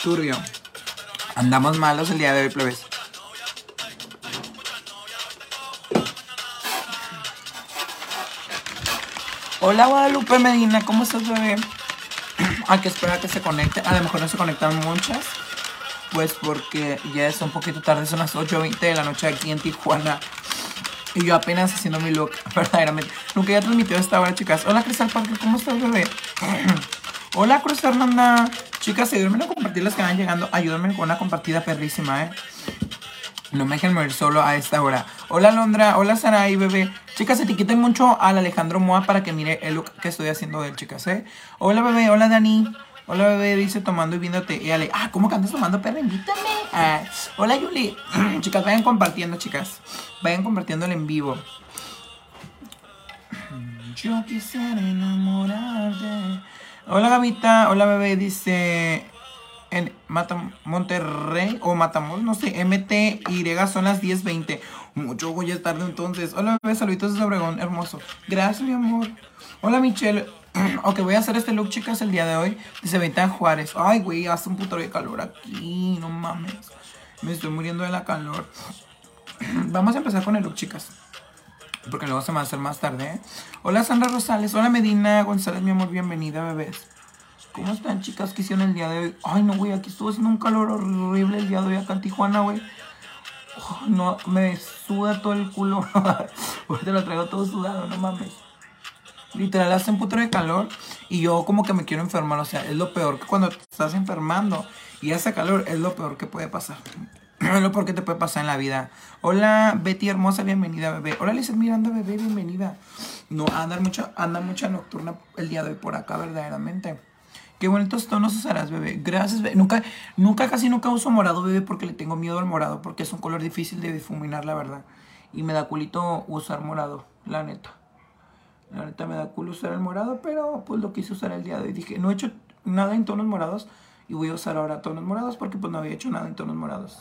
turbio. Andamos malos el día de hoy, plebes. Hola Guadalupe Medina, ¿cómo estás, bebé? Hay que esperar a que se conecten. A lo mejor no se conectan muchas, pues porque ya es un poquito tarde, son las 8:20 de la noche aquí en Tijuana. Y yo apenas haciendo mi look, verdaderamente. Nunca había transmitido a esta hora, chicas. Hola Cristal Parker, ¿cómo estás, bebé? Hola Cruz Fernanda. Chicas, ayúdenme a compartir las que van llegando. Ayúdenme con una compartida perrísima, No me dejen morir solo a esta hora. Hola Londra, hola Sarai, bebé. Chicas, etiqueten mucho al Alejandro Moa para que mire el look que estoy haciendo de él, chicas, Hola bebé, hola Dani. Hola bebé, dice tomando y viéndote. Y Ale, ¿cómo que andas tomando, perra? Invítame. Hola Yuli. Chicas, vayan compartiendo, chicas. Vayan compartiendo el en vivo. Yo quisiera enamorarte. Hola Gavita, hola bebé, dice en Monterrey o Matamoros, no sé, MTY son las 10:20. Mucho voy a tarde entonces. Hola bebé, saluditos desde Obregón, hermoso. Gracias, mi amor. Hola Michelle. Ok, voy a hacer este look, chicas, el día de hoy. Dice Venta Juárez. Ay, güey, hace un puto de calor aquí, no mames. Me estoy muriendo de la calor. Vamos a empezar con el look, chicas, porque luego se me va a hacer más tarde, Hola Sandra Rosales, hola Medina González, mi amor, bienvenida, bebés. ¿Cómo están, chicas? ¿Qué hicieron el día de hoy? Ay, no, güey, aquí estuvo haciendo un calor horrible el día de hoy acá en Tijuana, güey. No, me suda todo el culo. Ahorita lo traigo todo sudado, no mames. Literal, hace un puto de calor y yo como que me quiero enfermar, o sea, es lo peor que cuando te estás enfermando y hace calor, es lo peor que puede pasar. Es lo peor que te puede pasar en la vida. Hola Betty hermosa, bienvenida, bebé. Hola Lizeth Miranda, bebé, bienvenida. No, anda mucha nocturna el día de hoy por acá, verdaderamente. Qué bonitos tonos usarás, bebé. Gracias, bebé. Casi nunca uso morado, bebé, porque le tengo miedo al morado, porque es un color difícil de difuminar, la verdad. Y me da culito usar morado, la neta. La neta me da culo usar el morado, pero pues lo quise usar el día de hoy. Dije, no he hecho nada en tonos morados y voy a usar ahora tonos morados porque pues no había hecho nada en tonos morados.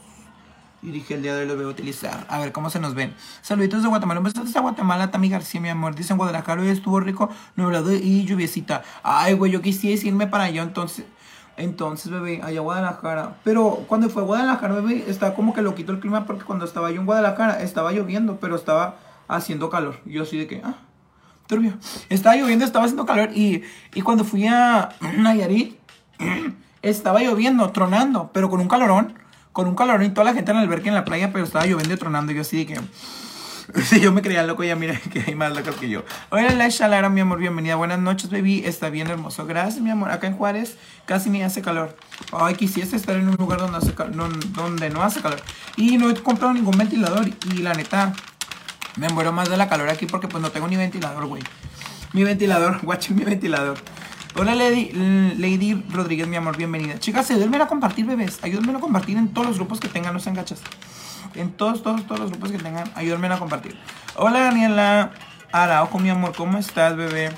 Y dije, el día de hoy lo voy a utilizar. A ver cómo se nos ven. Saluditos de Guatemala. Un beso desde Guatemala, Tami García, mi amor. Dicen Guadalajara hoy estuvo rico, nublado y lluviecita. Ay, güey, yo quisiera irme para allá entonces, bebé, allá a Guadalajara. Pero cuando fue a Guadalajara, bebé, estaba como que loquito el clima porque cuando estaba yo en Guadalajara estaba lloviendo, pero estaba haciendo calor. Yo así de que, turbio. Estaba lloviendo, estaba haciendo calor y cuando fui a Nayarit, estaba lloviendo, tronando, pero con un calorón y toda la gente en el albergue en la playa, pero estaba lloviendo y tronando. Yo así de que... Sí, yo me creía loco, ya mira que hay más locos que yo. Hola, Laisha Lara, mi amor, bienvenida. Buenas noches, baby. Está bien hermoso. Gracias, mi amor. Acá en Juárez casi ni hace calor. Ay, quisiese estar en un lugar donde no hace calor. Y no he comprado ningún ventilador y la neta... Me muero más de la calor aquí porque pues no tengo ni ventilador, güey. Mi ventilador, watch mi ventilador. Hola Lady Rodríguez, mi amor, bienvenida. Chicas, ayúdenme a compartir, bebés. Ayúdenme a compartir en todos los grupos que tengan, no sean gachas. En todos los grupos que tengan, ayúdenme a compartir. Hola Daniela Araujo, mi amor, ¿cómo estás, bebé?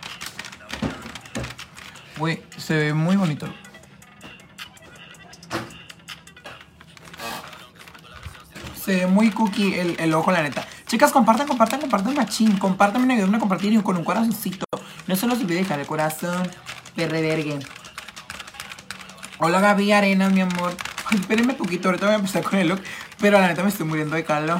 Güey, se ve muy bonito. Se ve muy cookie el ojo, la neta. Chicas, compartan machín. Compártanme, ayúdenme a compartir y con un corazoncito. No se los olvide dejar el corazón. Perrevergue. Hola Gaby Arenas, mi amor. Ay, espérenme poquito, ahorita voy a empezar con el look. Pero la neta me estoy muriendo de calor.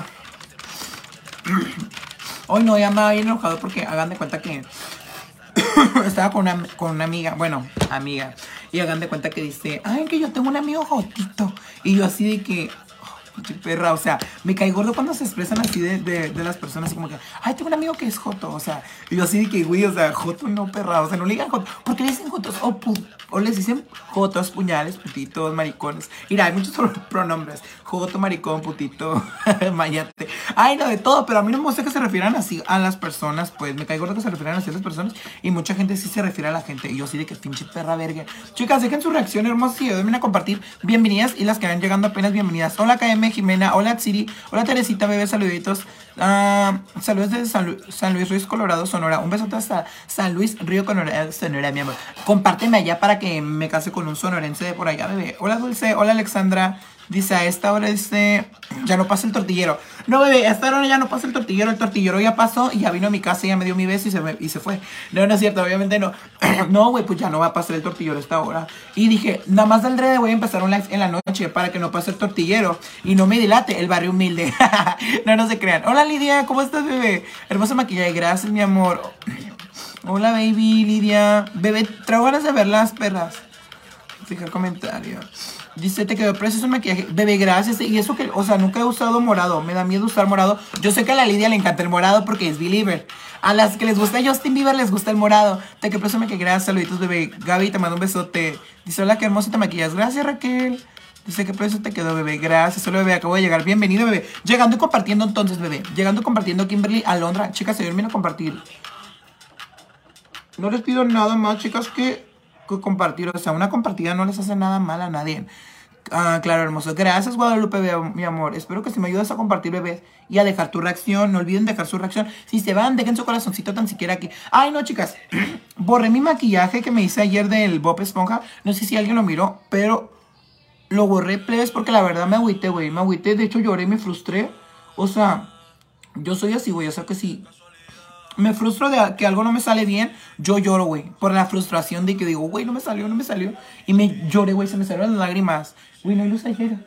Hoy no, ya me había enojado porque hagan de cuenta que estaba con una amiga, bueno, amiga. Y hagan de cuenta que dice, ay, que yo tengo un amigo jotito. Y yo así de que... perra, o sea, me cae gordo cuando se expresan así de las personas, así como que, ay, tengo un amigo que es joto, o sea, y yo así de que, güey, o sea, joto no, perra, o sea, no le digan joto, porque le dicen jotos, o les dicen jotos, puñales, putitos, maricones, mira, hay muchos pronombres, joto, maricón, putito, mayate, ay, no, de todo, pero a mí no me gusta que se refieran así a las personas, pues, me cae gordo que se refieran así a las personas, y mucha gente sí se refiere a la gente, y yo sí de que pinche perra verga. Chicas, dejen su reacción hermosa y ayúdenme a compartir, bienvenidas, y las que van llegando apenas, bienvenidas. Hola KM Jimena, hola Tsiri, hola Teresita, bebé, saluditos. Saludos desde San Luis Río Colorado, Sonora. Un besote hasta San Luis Río Colorado, Sonora, mi amor. Compárteme allá para que me case con un sonorense de por allá, bebé. Hola Dulce, hola Alexandra. Dice, a esta hora dice, ya no pasa el tortillero. No, bebé, a esta hora ya no pasa el tortillero. El tortillero ya pasó y ya vino a mi casa y ya me dio mi beso y se fue. No, no es cierto, obviamente no. No, güey, pues ya no va a pasar el tortillero a esta hora. Y dije, nada más del voy a empezar un live en la noche para que no pase el tortillero y no me dilate el barrio humilde. No, no se crean. Hola, Lidia, ¿cómo estás, bebé? Hermosa maquillaje, gracias, mi amor. Hola, baby, Lidia. Bebé, traigo ganas de ver las perras. Fija el comentario. Dice, te quedó precioso el maquillaje. Bebé, gracias. Y eso que, o sea, nunca he usado morado. Me da miedo usar morado. Yo sé que a la Lidia le encanta el morado porque es believer. A las que les gusta Justin Bieber les gusta el morado. Te quedó precioso el maquillaje. Gracias, saluditos, bebé. Gaby, te mando un besote. Dice, hola, qué hermoso te maquillas. Gracias, Raquel. Dice, qué precioso te quedó, bebé. Gracias, solo bebé. Acabo de llegar. Bienvenido, bebé. Llegando y compartiendo entonces, bebé. Llegando y compartiendo Kimberly, Alondra. Chicas, se vienen a compartir. No les pido nada más, chicas, que compartir. O sea, una compartida no les hace nada mal a nadie. Ah, claro, hermoso. Gracias, Guadalupe, mi amor. Espero que si me ayudas a compartir, bebés, y a dejar tu reacción. No olviden dejar su reacción. Si se van, dejen su corazoncito tan siquiera aquí. Ay, no, chicas. Borré mi maquillaje que me hice ayer del Bob Esponja. No sé si alguien lo miró, pero lo borré, plebes, porque la verdad me agüité, güey. Me agüité. De hecho, lloré, me frustré. O sea, yo soy así, güey. O sea, que si me frustro de que algo no me sale bien, yo lloro, güey. Por la frustración de que digo, güey, no me salió, no me salió. Y me lloré, güey, se me salieron las lágrimas. Güey, no hay luz ayer.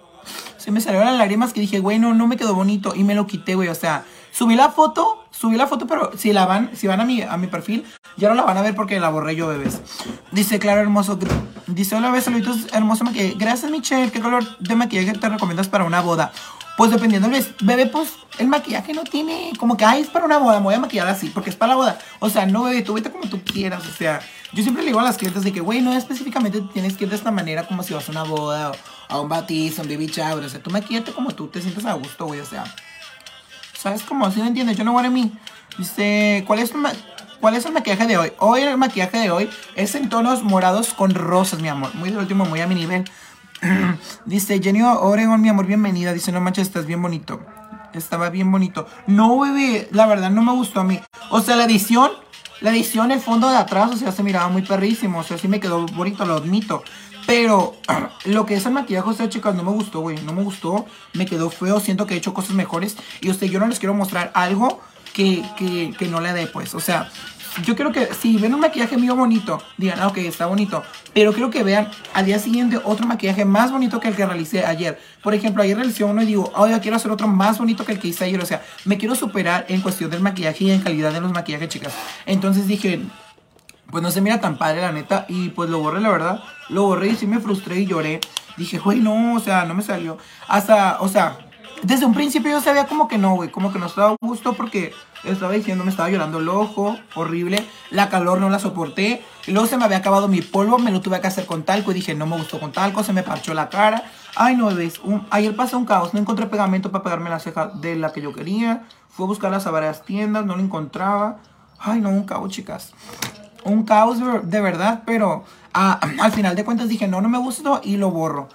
Se me salieron las lágrimas que dije, güey, no, no me quedó bonito. Y me lo quité, güey, o sea, subí la foto, pero si van a mi perfil, ya no la van a ver porque la borré yo, bebés. Dice, claro, hermoso. Dice, hola, bebés, saluditos, hermoso maquillaje. Gracias, Michelle. ¿Qué color de maquillaje te recomiendas para una boda? Pues dependiendo del bebé, pues el maquillaje no tiene como que, ay, es para una boda, me voy a maquillar así, porque es para la boda. O sea, no, bebé, tú vete como tú quieras. O sea, yo siempre le digo a las clientes de que, güey, no específicamente tienes que ir de esta manera como si vas a una boda o a un bautizo, un baby shower. O sea, tú maquillate como tú te sientas a gusto, güey. O sea, ¿sabes cómo? ¿Sí me entiendes? Yo no voy a mí. Dice, ¿cuál es el maquillaje de hoy? Hoy el maquillaje de hoy es en tonos morados con rosas, mi amor. Muy de último, muy a mi nivel. Dice Jenny Oregon, mi amor, bienvenida. Dice, no manches, estás bien bonito. Estaba bien bonito. No, bebé, la verdad no me gustó a mí. O sea, la edición, el fondo de atrás, o sea, se miraba muy perrísimo. O sea, sí me quedó bonito, lo admito. Pero lo que es el maquillaje, o sea, chicas, no me gustó, güey. No me gustó, me quedó feo. Siento que he hecho cosas mejores. Y, o sea, yo no les quiero mostrar algo que no le dé, pues. O sea, yo quiero que si ven un maquillaje mío bonito, digan, ah, ok, está bonito. Pero quiero que vean al día siguiente otro maquillaje más bonito que el que realicé ayer. Por ejemplo, ayer realicé uno y digo, oh, yo quiero hacer otro más bonito que el que hice ayer. O sea, me quiero superar en cuestión del maquillaje y en calidad de los maquillajes, chicas. Entonces dije, pues no se mira tan padre, la neta. Y pues lo borré, la verdad. Lo borré y sí me frustré y lloré. Dije, güey, no, o sea, no me salió. Hasta, o sea, desde un principio yo sabía como que no, güey. Como que no estaba a gusto porque estaba diciendo, me estaba llorando el ojo. Horrible. La calor no la soporté. Y luego se me había acabado mi polvo. Me lo tuve que hacer con talco. Y dije, no me gustó con talco. Se me parchó la cara. Ay, no, bebés. Ayer pasó un caos. No encontré pegamento para pegarme la ceja de la que yo quería. Fui a buscarlas a varias tiendas. No lo encontraba. Ay, no, un caos, chicas. Un caos de verdad, pero al final de cuentas dije, no, no me gustó y lo borro.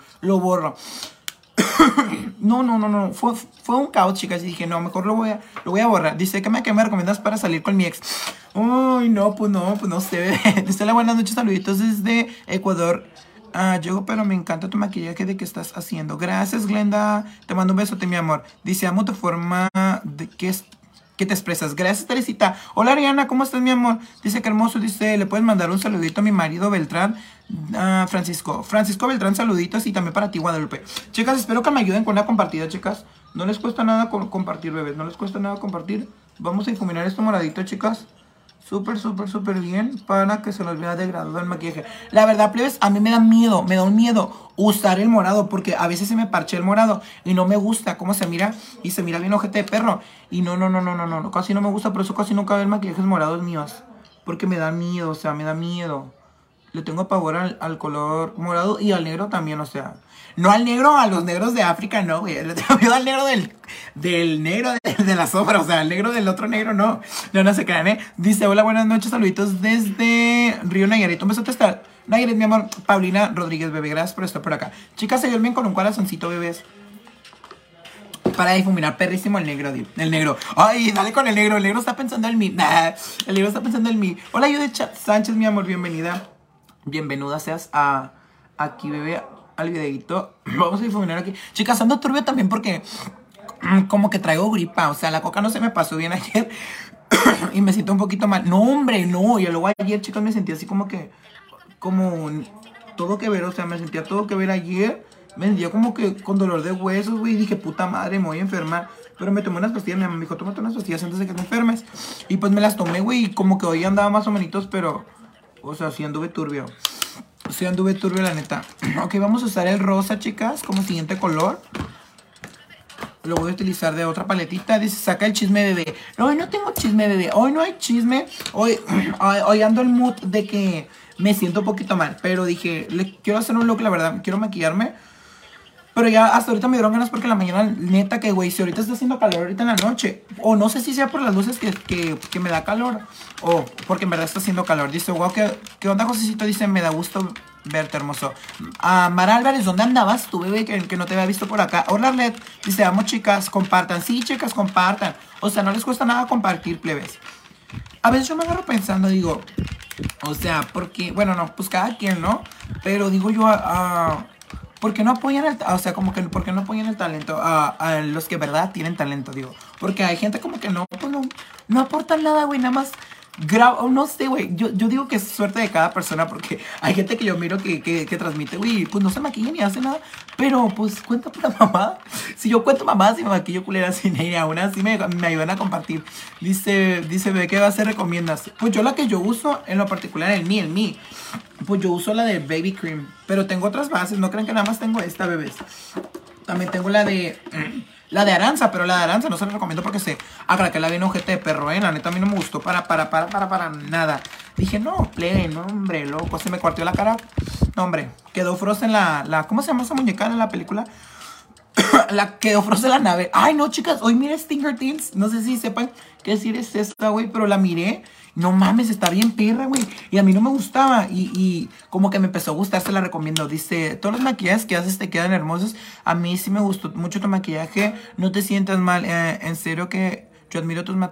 No. Fue un caos, chicas, y dije, no, mejor lo voy a borrar. Dice, ¿qué me recomiendas para salir con mi ex? Uy, no sé, bebé. Dice, la buenas noches, saluditos desde Ecuador. Yo, pero me encanta tu maquillaje de que estás haciendo. Gracias, Glenda. Te mando un besote, mi amor. Dice, amo tu forma de que te expresas. Gracias, Teresita. Hola, Ariana, ¿cómo estás, mi amor? Dice que hermoso. Dice, le puedes mandar un saludito a mi marido Beltrán. Francisco Beltrán, saluditos. Y también para ti, Guadalupe. Chicas, espero que me ayuden con la compartida, chicas. No les cuesta nada compartir, bebés. No les cuesta nada compartir. Vamos a difuminar esto moradito, chicas. Súper bien para que se nos vea degradado el maquillaje. La verdad, plebes, a mí me da un miedo usar el morado, porque a veces se me parche el morado y no me gusta cómo se mira, y se mira bien ojete de perro. Y no, casi no me gusta, por eso casi nunca veo maquillajes morados míos, porque me da miedo, o sea, me da miedo. Le tengo pavor al color morado y al negro también, o sea. No al negro, a los negros de África, no, güey. Le tengo miedo al negro del negro de la sombra, o sea, al negro del otro negro, no. No se crean, ¿eh? Dice, hola, buenas noches, saluditos desde Río Nayarit. Un besote hasta Nayarit, mi amor. Paulina Rodríguez, bebé, gracias por estar por acá. Chicas, se duermen con un corazoncito, bebés. Para difuminar perrísimo el negro, tío. El negro. Ay, dale con el negro. El negro está pensando en mí. Nah, el negro está pensando en mí. Hola, Judith Sánchez, mi amor, bienvenida. Bienvenida seas aquí, bebé. al videito. Vamos a difuminar aquí. Chicas, ando turbio también porque como que traigo gripa. O sea, la coca no se me pasó bien ayer. Y me siento un poquito mal. No, hombre, no. Y luego ayer, chicas, me sentí así como que... Como todo que ver. O sea, me sentía todo que ver ayer. Me sentía como que con dolor de huesos, güey. Y dije, puta madre, me voy a enfermar. Pero me tomé unas pastillas. Mi mamá me dijo, tómate unas pastillas antes de que te enfermes. Y pues me las tomé, güey. Y como que hoy andaba más o menos, pero... O sea, sí anduve turbio. Sí anduve turbio, la neta. Ok, vamos a usar el rosa, chicas, como siguiente color. Lo voy a utilizar de otra paletita. Dice, saca el chisme, bebé. No, hoy no tengo chisme, bebé. Hoy no hay chisme. Hoy ando el mood de que me siento un poquito mal. Pero dije, quiero hacer un look, la verdad. Quiero maquillarme. Pero ya hasta ahorita me dieron ganas porque en la mañana, neta, que güey, si ahorita está haciendo calor ahorita en la noche. O no sé si sea por las luces que me da calor. O porque en verdad está haciendo calor. Dice, wow, ¿qué onda, Josecito? Dice, me da gusto verte, hermoso. Mara Álvarez, ¿dónde andabas tú, bebé? Que no te había visto por acá. Hola, Led. Dice, vamos, chicas, compartan. Sí, chicas, compartan. O sea, no les cuesta nada compartir, plebes. A veces yo me agarro pensando, digo, o sea, porque, bueno, no, pues cada quien, ¿no? Pero digo yo, ¿por qué no apoyan o sea, como que, ¿por qué no apoyan el talento a los que, verdad, tienen talento, digo? Porque hay gente como que no, pues no aportan nada, güey, nada más no sé, güey, yo digo que es suerte de cada persona porque hay gente que yo miro que transmite, güey, pues no se maquilla ni hace nada, pero pues cuenta pura mamá. Si yo cuento mamá, si me maquillo culera sin ella, aún así me ayudan a compartir. Dice, bebé, ¿qué base recomiendas? Pues yo la que yo uso, en lo particular, el mí, pues yo uso la de Baby Cream, pero tengo otras bases, no crean que nada más tengo esta, bebés. También tengo la de Aranza, pero la de Aranza no se la recomiendo porque se la bien ojete de perro, la neta a mí no me gustó para nada. Dije, no, plebe, no, hombre, loco, se me cuarteó la cara. No, hombre, quedó Frost en ¿cómo se llama esa muñeca en la película? Quedó Frost en la nave. Ay, no, chicas, hoy miré Stinger Teens. No sé si sepan qué decir es esta, güey, pero la miré. No mames, está bien perra, güey. Y a mí no me gustaba. Y como que me empezó a gustar, se la recomiendo. Dice, todos los maquillajes que haces te quedan hermosos. A mí sí me gustó mucho tu maquillaje. No te sientas mal. En serio que yo admiro tus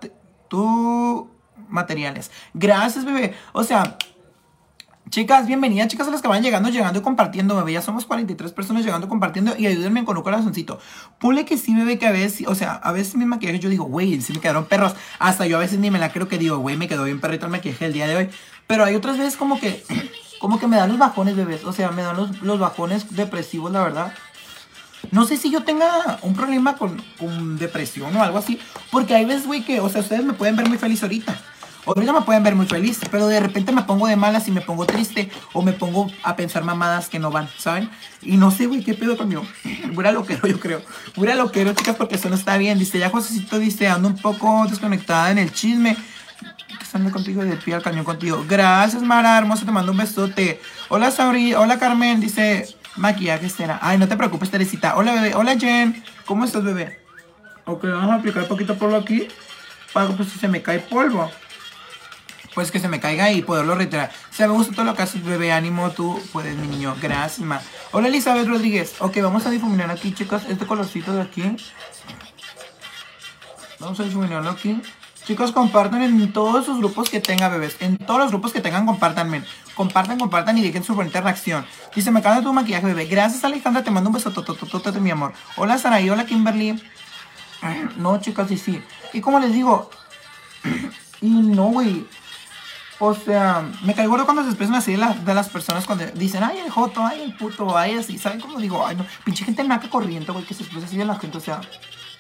materiales. Gracias, bebé. O sea... Chicas, bienvenidas, chicas, a las que van llegando y compartiendo, bebé. Ya somos 43 personas llegando y compartiendo. Y ayúdenme con un corazoncito. Ponle que sí, bebé, que a veces, o sea, a veces mi maquillaje yo digo, güey, sí me quedaron perros. Hasta yo a veces ni me la creo que digo, güey, me quedó bien perrito el maquillaje el día de hoy. Pero hay otras veces como que me dan los bajones, bebés. O sea, me dan los bajones depresivos, la verdad. No sé si yo tenga un problema con depresión o algo así. Porque hay veces, güey, que, o sea, ustedes me pueden ver muy feliz ahorita. Ahorita me pueden ver muy feliz, pero de repente me pongo de malas y me pongo triste o me pongo a pensar mamadas que no van, ¿saben? Y no sé, güey, qué pedo conmigo. Pura loquero, yo creo. Pura loquero, chicas, porque eso no está bien. Dice, ya Josecito dice, ando un poco desconectada en el chisme. Estando contigo y del pie al cañón contigo. Gracias, Mara, hermosa, te mando un besote. Hola, Sauri, hola, Carmen, dice, maquillaje, Estela. Ay, no te preocupes, Teresita. Hola, bebé, hola, Jen. ¿Cómo estás, bebé? Ok, vamos a aplicar un poquito polvo aquí. Para que pues, si se me cae polvo, pues que se me caiga y poderlo retirar. O sea, me gusta todo lo que haces, bebé. Ánimo, tú puedes, mi niño. Gracias, ma. Hola, Elizabeth Rodríguez. Ok, vamos a difuminar aquí, chicas, este colorcito de aquí. Vamos a difuminarlo aquí. Chicos, compartan en todos sus grupos que tenga, bebés. En todos los grupos que tengan, compártanme. Compartan y dejen su bonita reacción. Dice, me encanta tu maquillaje, bebé. Gracias, Alejandra. Te mando un beso totototote, mi amor. Hola, Saraí. Hola, Kimberly. No, chicas, sí. Y como les digo... Y no, güey. O sea, me caigo gordo cuando se expresan así de las personas cuando dicen, ay, el joto, ay, el puto, ay, así. ¿Saben cómo digo? Ay, no, pinche gente naca corriente, güey, que se expresa así de la gente, o sea.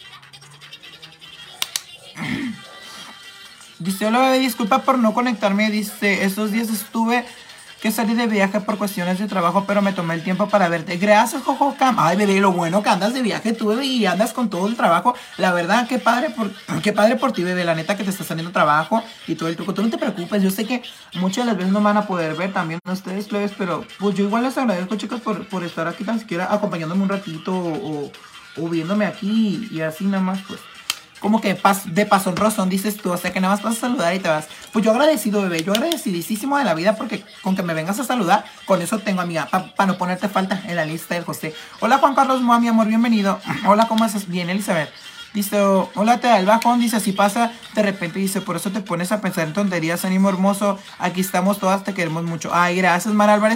Dice, hola, bebé, disculpa por no conectarme. Dice, estos días estuve que salí de viaje por cuestiones de trabajo, pero me tomé el tiempo para verte. Gracias, Jojo Cam. Ay, bebé, lo bueno que andas de viaje tú, bebé, y andas con todo el trabajo. La verdad, qué padre por ti, bebé. La neta que te está saliendo trabajo y todo el truco. Tú no te preocupes. Yo sé que muchas de las veces no van a poder ver también ustedes, plebes, pero pues yo igual les agradezco, chicos, por estar aquí tan siquiera acompañándome un ratito o viéndome aquí y así nada más, pues. Como que de pasón rozón, dices tú, o sea que nada más vas a saludar y te vas. Pues yo agradecido, bebé, yo agradecidísimo de la vida porque con que me vengas a saludar, con eso tengo, amiga, para no ponerte falta en la lista del José. Hola, Juan Carlos Moa, mi amor, bienvenido. Hola, ¿cómo estás? Bien, Elizabeth. Dice, hola, te da el bajón, dice, así pasa de repente, dice, por eso te pones a pensar en tonterías, ánimo hermoso, aquí estamos todas, te queremos mucho. Ay, gracias, Mar Álvarez.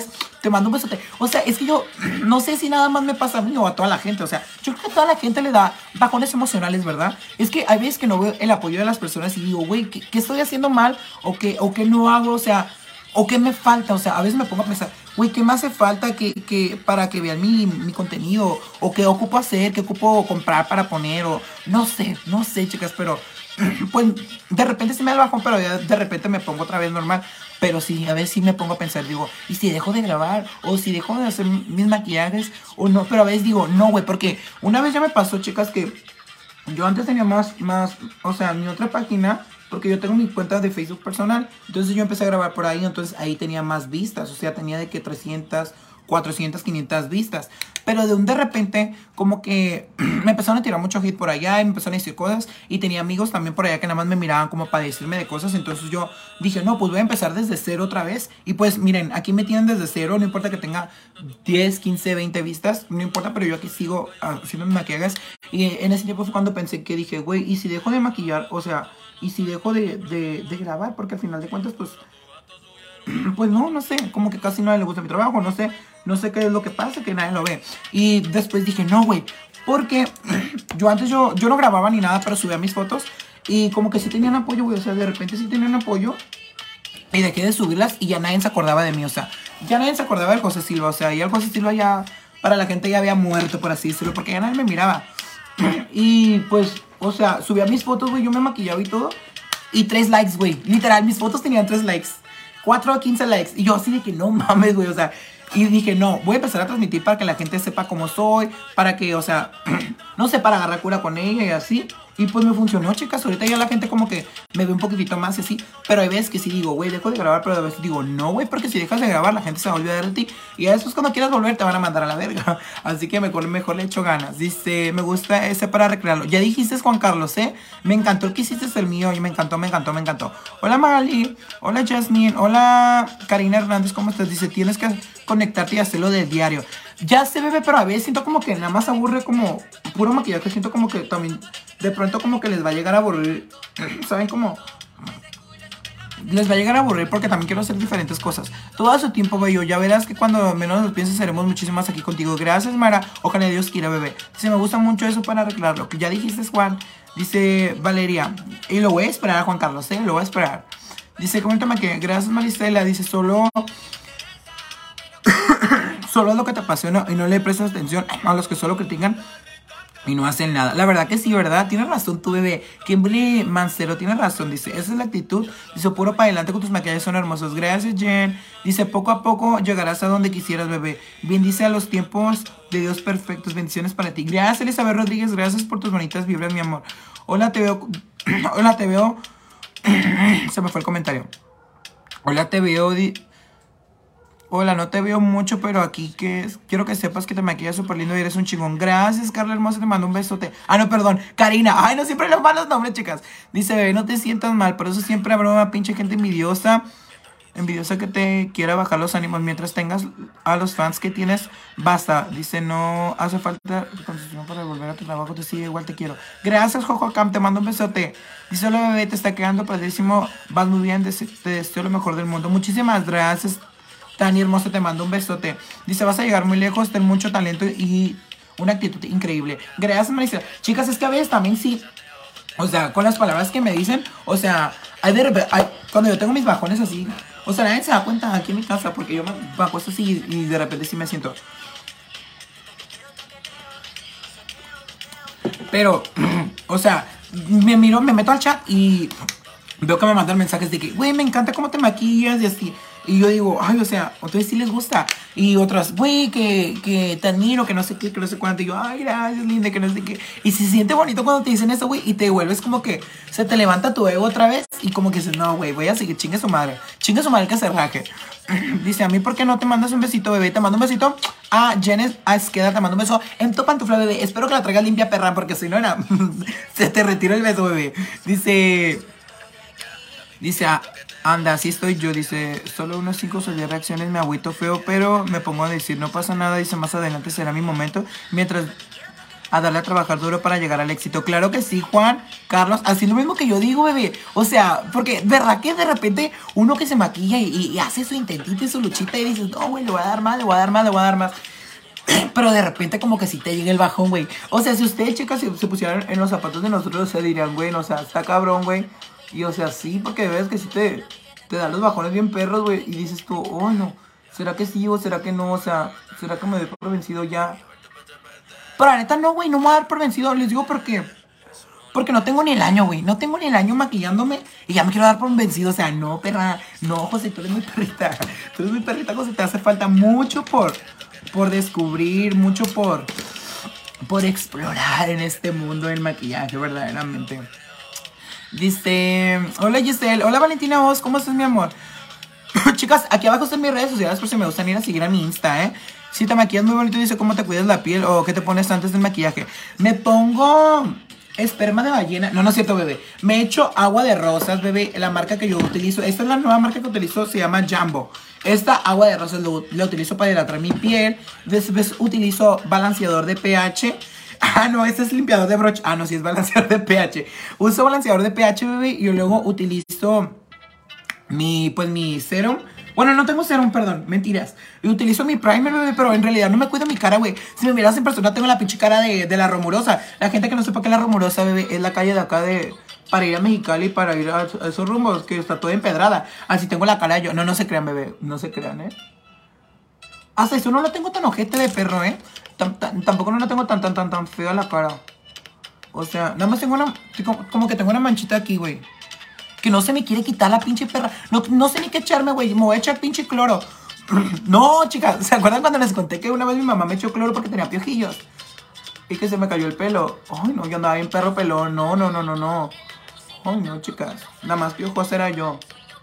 te mando un besote. O sea, es que yo no sé si nada más me pasa a mí o a toda la gente. O sea, yo creo que a toda la gente le da bajones emocionales, ¿verdad? Es que hay veces que no veo el apoyo de las personas y digo, güey, ¿qué estoy haciendo mal? O qué no hago, o sea, o qué me falta. O sea, a veces me pongo a pensar, güey, ¿qué me hace falta para que vean mi contenido? O qué ocupo hacer, qué ocupo comprar para poner, o no sé, chicas, pero pues de repente sí me da el bajón, pero ya de repente me pongo otra vez normal. Pero sí, a veces sí me pongo a pensar, digo, ¿y si dejo de grabar? O si dejo de hacer mis maquillajes, o no, pero a veces digo, no, güey, porque una vez ya me pasó, chicas, que yo antes tenía o sea, mi otra página, porque yo tengo mi cuenta de Facebook personal, entonces yo empecé a grabar por ahí, entonces ahí tenía más vistas, o sea, tenía de que 300, 400, 500 vistas, pero de repente, como que me empezaron a tirar mucho hate por allá, y me empezaron a decir cosas, y tenía amigos también por allá que nada más me miraban como para decirme de cosas, entonces yo dije, no, pues voy a empezar desde cero otra vez, y pues miren, aquí me tienen desde cero, no importa que tenga 10, 15, 20 vistas, no importa, pero yo aquí sigo haciendo mis maquillajes, y en ese tiempo fue cuando pensé que dije, güey, ¿y si dejo de maquillar? O sea, ¿y si dejo de grabar? Porque al final de cuentas, pues no sé, como que casi nadie le gusta mi trabajo, no sé qué es lo que pasa, que nadie lo ve. Y después dije, no, güey, porque yo no grababa ni nada, pero subía mis fotos y como que sí tenían apoyo, güey, o sea, de repente sí tenían apoyo y dejé de subirlas y ya nadie se acordaba de mí, o sea, ya nadie se acordaba del José Silva, o sea, ya el José Silva ya, para la gente ya había muerto, por así decirlo, porque ya nadie me miraba. Y pues, o sea, subía mis fotos, güey, yo me maquillaba y todo. Y 3 likes, güey. Literal, mis fotos tenían 3 likes. 4 a 15 likes. Y yo así de que no mames, güey, o sea. Y dije, no, voy a empezar a transmitir para que la gente sepa cómo soy. Para que, o sea, no sé, para agarrar cura con ella y así. Y pues me funcionó, chicas. Ahorita ya la gente como que me ve un poquitito más y así. Pero hay veces que sí digo, güey, dejo de grabar. Pero a veces digo, no, güey, porque si dejas de grabar la gente se va a olvidar de ti. Y a después cuando quieras volver te van a mandar a la verga. Así que mejor le echo ganas. Dice, me gusta ese para recrearlo. Ya dijiste, Juan Carlos, ¿eh? Me encantó el que hiciste el mío. Y me encantó. Hola Magali. Hola Jasmine. Hola Karina Hernández, ¿cómo estás? Dice, tienes que conectarte y hacerlo de diario. Ya sé, bebé, pero a veces siento como que nada más aburre como puro maquillaje. Siento como que también de pronto como que les va a llegar a aburrir. ¿Saben cómo? Les va a llegar a aburrir porque también quiero hacer diferentes cosas. Todo a su tiempo, bello. Ya verás que cuando menos lo pienses seremos muchísimas aquí contigo. Gracias, Mara. Ojalá Dios quiera, bebé. Dice, me gusta mucho eso para arreglarlo. Que ya dijiste, Juan. Dice Valeria. Y lo voy a esperar, Juan Carlos, ¿eh? Lo voy a esperar. Dice, coméntame que gracias, Maristela. Dice, solo es lo que te apasiona y no le prestas atención a los que solo critican y no hacen nada. La verdad que sí, ¿verdad? Tienes razón tu bebé. Kimberly Mancero tiene razón. Dice, esa es la actitud. Dice, puro para adelante con tus maquillajes son hermosos. Gracias, Jen. Dice, poco a poco llegarás a donde quisieras, bebé. Bendice a los tiempos de Dios perfectos. Bendiciones para ti. Gracias, Elizabeth Rodríguez. Gracias por tus bonitas vibras, mi amor. Hola, te veo. Hola, te veo. Se me fue el comentario. Hola, te veo. Hola, no te veo mucho, pero aquí quiero que sepas que te maquillas súper lindo y eres un chingón. Gracias, Carla Hermosa, te mando un besote. Ah, no, perdón, Karina. Ay, no, siempre los malos nombres, chicas. Dice, bebé, no te sientas mal, por eso siempre habrá una pinche gente envidiosa que te quiera bajar los ánimos. Mientras tengas a los fans que tienes, basta. Dice, no hace falta concesión para volver a tu trabajo, te sigue, igual te quiero. Gracias, Jojo Cam, te mando un besote. Dice, hola, bebé, te está quedando padrísimo, vas muy bien, te deseo lo mejor del mundo. Muchísimas gracias, Tani hermosa, te mando un besote. Dice, vas a llegar muy lejos, ten mucho talento y una actitud increíble. Gracias, Marisa. Chicas, es que a veces también sí, o sea, con las palabras que me dicen, o sea, cuando yo tengo mis bajones así, o sea, nadie se da cuenta aquí en mi casa porque yo me acuesto así y de repente sí me siento. Pero, o sea, me meto al chat y veo que me mandan mensajes de que, güey, me encanta cómo te maquillas y así. Y yo digo, ay, o sea, a ustedes sí les gusta. Y otras, güey, que te admiro, que no sé qué, que no sé cuánto. Y yo, ay, gracias, linda, que no sé qué. Y se siente bonito cuando te dicen eso, güey. Y te vuelves como que se te levanta tu ego otra vez. Y como que dices, no, güey, voy a seguir, chingue su madre. Chingue su madre que se raje. Dice, a mí, ¿por qué no te mandas un besito, bebé? Te mando un besito. Ah, Jenes Asqueda, te mando un beso en tu pantufla, bebé. Espero que la traigas limpia, perra, porque si no, era se te retiro el beso, bebé. Dice, anda, así estoy yo. Dice, solo unos 5 o 10 reacciones, me agüito feo, pero me pongo a decir, no pasa nada. Dice, más adelante será mi momento. Mientras a darle a trabajar duro para llegar al éxito. Claro que sí, Juan Carlos, así lo mismo que yo digo, bebé. O sea, porque verdad que de repente uno que se maquilla y hace su intentito y su luchita y dices, no, güey, le voy a dar más, le voy a dar más, le voy a dar más. Pero de repente como que si te llega el bajón, güey. O sea, si ustedes, chicas, se pusieran en los zapatos de nosotros, se dirían, güey, o sea, está cabrón, güey. Y o sea, sí, porque ves que si te dan los bajones bien perros, güey. Y dices tú, oh, no, ¿será que sí o será que no? O sea, ¿será que me doy por vencido ya? Pero la neta no, güey, no me voy a dar por vencido. Les digo porque no tengo ni el año, güey. No tengo ni el año maquillándome y ya me quiero dar por vencido. O sea, no, perra. No, José, tú eres muy perrita. Tú eres muy perrita, José. Te hace falta mucho por descubrir, mucho por explorar en este mundo del maquillaje, verdaderamente. Dice, hola Giselle, hola Valentina Voz, ¿cómo estás, mi amor? Chicas, aquí abajo están mis redes sociales por si me gustan ir a seguir a mi Insta, Si te maquillas muy bonito, dice cómo te cuidas la piel o qué te pones antes del maquillaje. Me pongo esperma de ballena. No, no es cierto, bebé. Me echo agua de rosas, bebé. La marca que yo utilizo. Esta es la nueva marca que utilizo. Se llama Jumbo. Esta agua de rosas la utilizo para hidratar mi piel. Después utilizo balanceador de pH. Ah, no, este es limpiador de brocha. Ah, no, sí es balanceador de pH. Uso balanceador de pH, bebé. Y luego utilizo mi serum. Bueno, no tengo serum, perdón, mentiras. Y utilizo mi primer, bebé, pero en realidad no me cuido mi cara, güey. Si me miras en persona, tengo la pinche cara de la Romurosa. La gente que no sepa qué es la Romurosa, bebé, es la calle de acá para ir a Mexicali, para ir a esos rumbos, que está toda empedrada. Así tengo la cara yo. No, no se crean, bebé, no se crean, Hasta eso no la tengo tan ojete de perro, Tampoco no la tengo tan fea la cara. O sea, nada más tengo como que tengo una manchita aquí, güey. Que no se me quiere quitar la pinche perra. No sé ni qué echarme, güey. Me voy a echar pinche cloro. No, chicas. ¿Se acuerdan cuando les conté que una vez mi mamá me echó cloro porque tenía piojillos? Y que se me cayó el pelo. Ay, no, yo andaba bien perro pelón. No. Ay, no, chicas. Nada más piojosa era yo.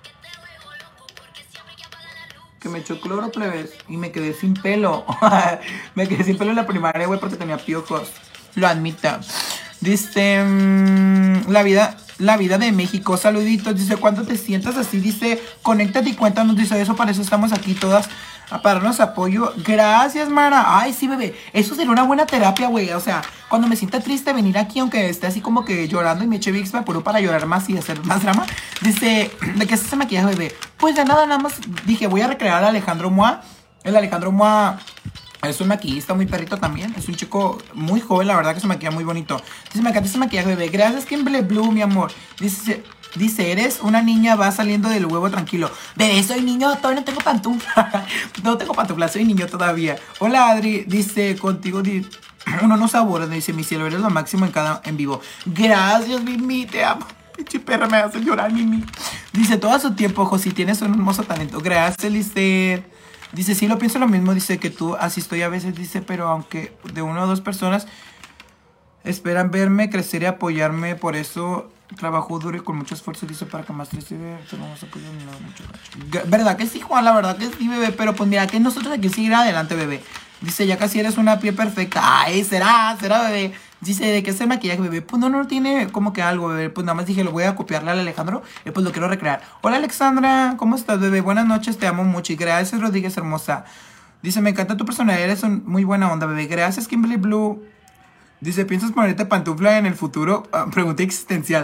Que me echó cloro, plebes. Y me quedé sin pelo. Me quedé sin pelo en la primaria, güey, porque tenía piojos. Lo admita. Dice, la vida de México, saluditos. Dice, ¿cuánto te sientas así? Dice, conéctate y cuéntanos. Dice, eso, para eso estamos aquí todas, para darnos apoyo. Gracias, Mara. Ay, sí, bebé, eso sería una buena terapia, güey. O sea, cuando me sienta triste, venir aquí, aunque esté así como que llorando y me eche Vicks, me apuro para llorar más y hacer más drama. Dice, ¿de qué es ese maquillaje, bebé? Pues de nada más dije, voy a recrear a Alejandro Moa. El Alejandro Moa es un maquillista muy perrito también. Es un chico muy joven, la verdad que se maquilla muy bonito. Dice, me encanta ese maquillaje, bebé. Gracias, Kimberly Blue, mi amor. Dice, eres una niña, va saliendo del huevo tranquilo. Bebé, soy niño, todavía no tengo pantufla. No tengo pantufla, soy niño todavía. Hola, Adri. Dice, contigo uno no sabora. Dice, mi cielo, eres lo máximo en vivo. Gracias, Mimi, te amo. Pinche perra, me hace llorar, Mimi. Dice, todo a su tiempo, José, tienes un hermoso talento. Gracias, Lister. Dice, sí, lo pienso lo mismo, dice que tú, así estoy a veces, dice, pero aunque de una o dos personas esperan verme crecer y apoyarme, por eso trabajo duro y con mucho esfuerzo, dice, para que más triste te vamos a apoyar mucho. ¿Verdad que sí, Juan? La verdad que sí, bebé, pero pues mira, que nosotros hay que seguir adelante, bebé. Dice, ya casi eres una piel perfecta. Ay, será, bebé. Dice, ¿de qué es el maquillaje, bebé? Pues no tiene como que algo, bebé. Pues nada más dije, lo voy a copiarle al Alejandro y pues lo quiero recrear. Hola, Alexandra, ¿cómo estás, bebé? Buenas noches, te amo mucho. Y gracias, Rodríguez, hermosa. Dice, me encanta tu personalidad, eres muy buena onda, bebé. Gracias, Kimberly Blue. Dice, ¿piensas ponerte pantufla en el futuro? Pregunta existencial.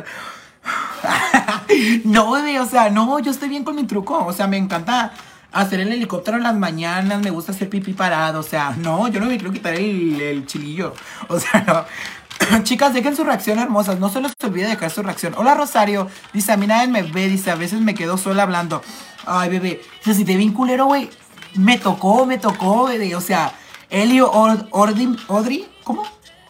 No, bebé, o sea, no, yo estoy bien con mi truco. O sea, me encanta hacer el helicóptero en las mañanas, me gusta hacer pipí parado, o sea, no, yo no me quiero quitar el chilillo, o sea, no. Chicas, dejen su reacción, hermosas, no se les olvide dejar su reacción. Hola, Rosario, dice, a mí nadie me ve, dice, a veces me quedo sola hablando. Ay, bebé, dice, si te vi un culero, güey, me tocó, bebé, o sea, Elio Ordri, ¿cómo?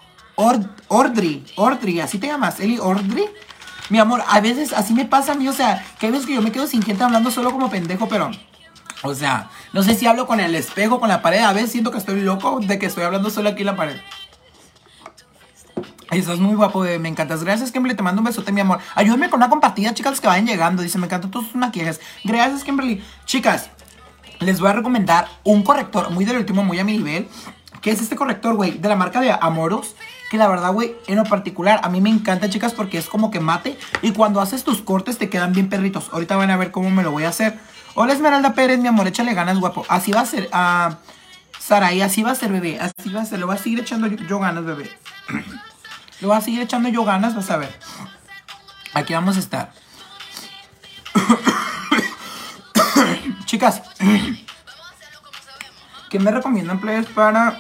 Ordri, así te llamas, Eli Ordri. Mi amor, a veces así me pasa a mí, o sea, que hay veces que yo me quedo sin gente hablando solo como pendejo, pero... O sea, no sé si hablo con el espejo, con la pared. A veces siento que estoy loco de que estoy hablando solo aquí en la pared. Ay, estás muy guapo, bebé. Me encantas. Gracias, Kimberly. Te mando un besote, mi amor. Ayúdenme con una compartida, chicas, que vayan llegando. Dice, me encantan todos tus maquillajes. Gracias, Kimberly. Chicas, les voy a recomendar un corrector muy del último, muy a mi nivel. Que es este corrector, güey, de la marca de Amoros. Que la verdad, güey, en lo particular, a mí me encanta, chicas, porque es como que mate. Y cuando haces tus cortes te quedan bien perritos. Ahorita van a ver cómo me lo voy a hacer. Hola, Esmeralda Pérez, mi amor, échale ganas, guapo. Así va a ser, Saraí, así va a ser, bebé. Así va a ser, le voy a seguir echando yo ganas, bebé. Le voy a seguir echando yo ganas, vas a ver. Aquí vamos a estar. Chicas, ¿qué me recomiendan, players, para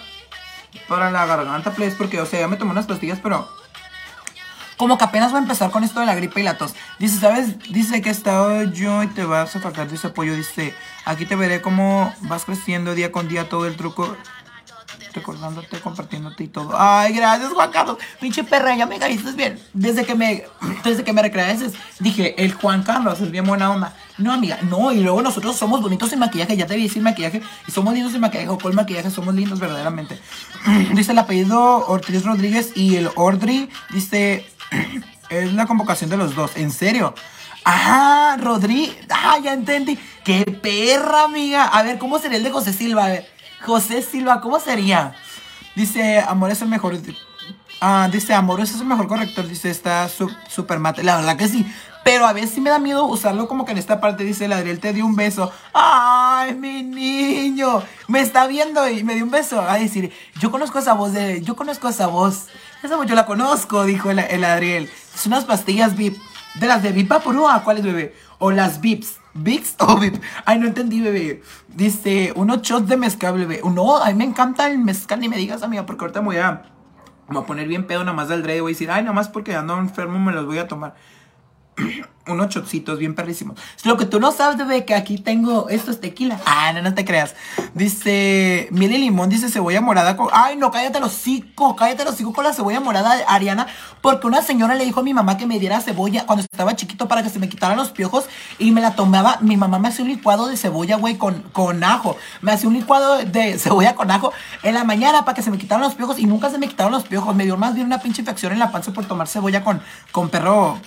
la garganta, players? Porque, o sea, ya me tomé unas pastillas, pero como que apenas voy a empezar con esto de la gripe y la tos. Dice, ¿sabes? Dice que he estado yo y te vas a faltar de ese apoyo. Dice, aquí te veré cómo vas creciendo día con día, todo el truco, recordándote, compartiéndote y todo. Ay, gracias, Juan Carlos. Pinche perra, ya me caíste bien. Desde que me recreaste, dije, el Juan Carlos es bien buena onda. No, amiga, no. Y luego nosotros somos bonitos sin maquillaje. Ya te vi decir maquillaje. Y somos lindos sin maquillaje. O con maquillaje somos lindos verdaderamente. Dice el apellido Ortiz Rodríguez y el Ordri. Dice, es la convocación de los dos. ¿En serio? Ah, Rodri. Ah, ya entendí. Qué perra, amiga. A ver, ¿cómo sería el de José Silva? A ver. José Silva, ¿cómo sería? Dice, amor es el mejor. Dice, amor es el mejor corrector. Dice, está súper mate. La verdad que sí. Pero a veces sí me da miedo usarlo como que en esta parte. Dice, el Adriel te dio un beso. ¡Ay, mi niño! Me está viendo y me dio un beso. A decir, yo conozco esa voz. Esa voz yo la conozco, dijo el Adriel. Son unas pastillas VIP. ¿De las de VIP Vaporú? ¿Cuáles, bebé? O las VIPs. ¿VIPs o VIP? Ay, no entendí, bebé. Dice, unos shots de mezcal, bebé. No, a mí me encanta el mezcal. Ni me digas, amiga, porque ahorita me voy a poner bien pedo nada más del Dre. Voy a decir, ay, nada más porque ando enfermo me los voy a tomar. Unos chocitos bien perrísimos. Lo que tú no sabes, bebé, que aquí tengo estos tequila. No te creas. Dice, miel y limón, dice cebolla morada con... Ay, no, cállate los hocico con la cebolla morada, Ariana. Porque una señora le dijo a mi mamá que me diera cebolla cuando estaba chiquito para que se me quitaran los piojos. Y me la tomaba. Mi mamá me hacía un licuado de cebolla, güey, con ajo. Me hacía un licuado de cebolla con ajo en la mañana para que se me quitaran los piojos. Y nunca se me quitaron los piojos. Me dio más bien una pinche infección en la panza por tomar cebolla con perro,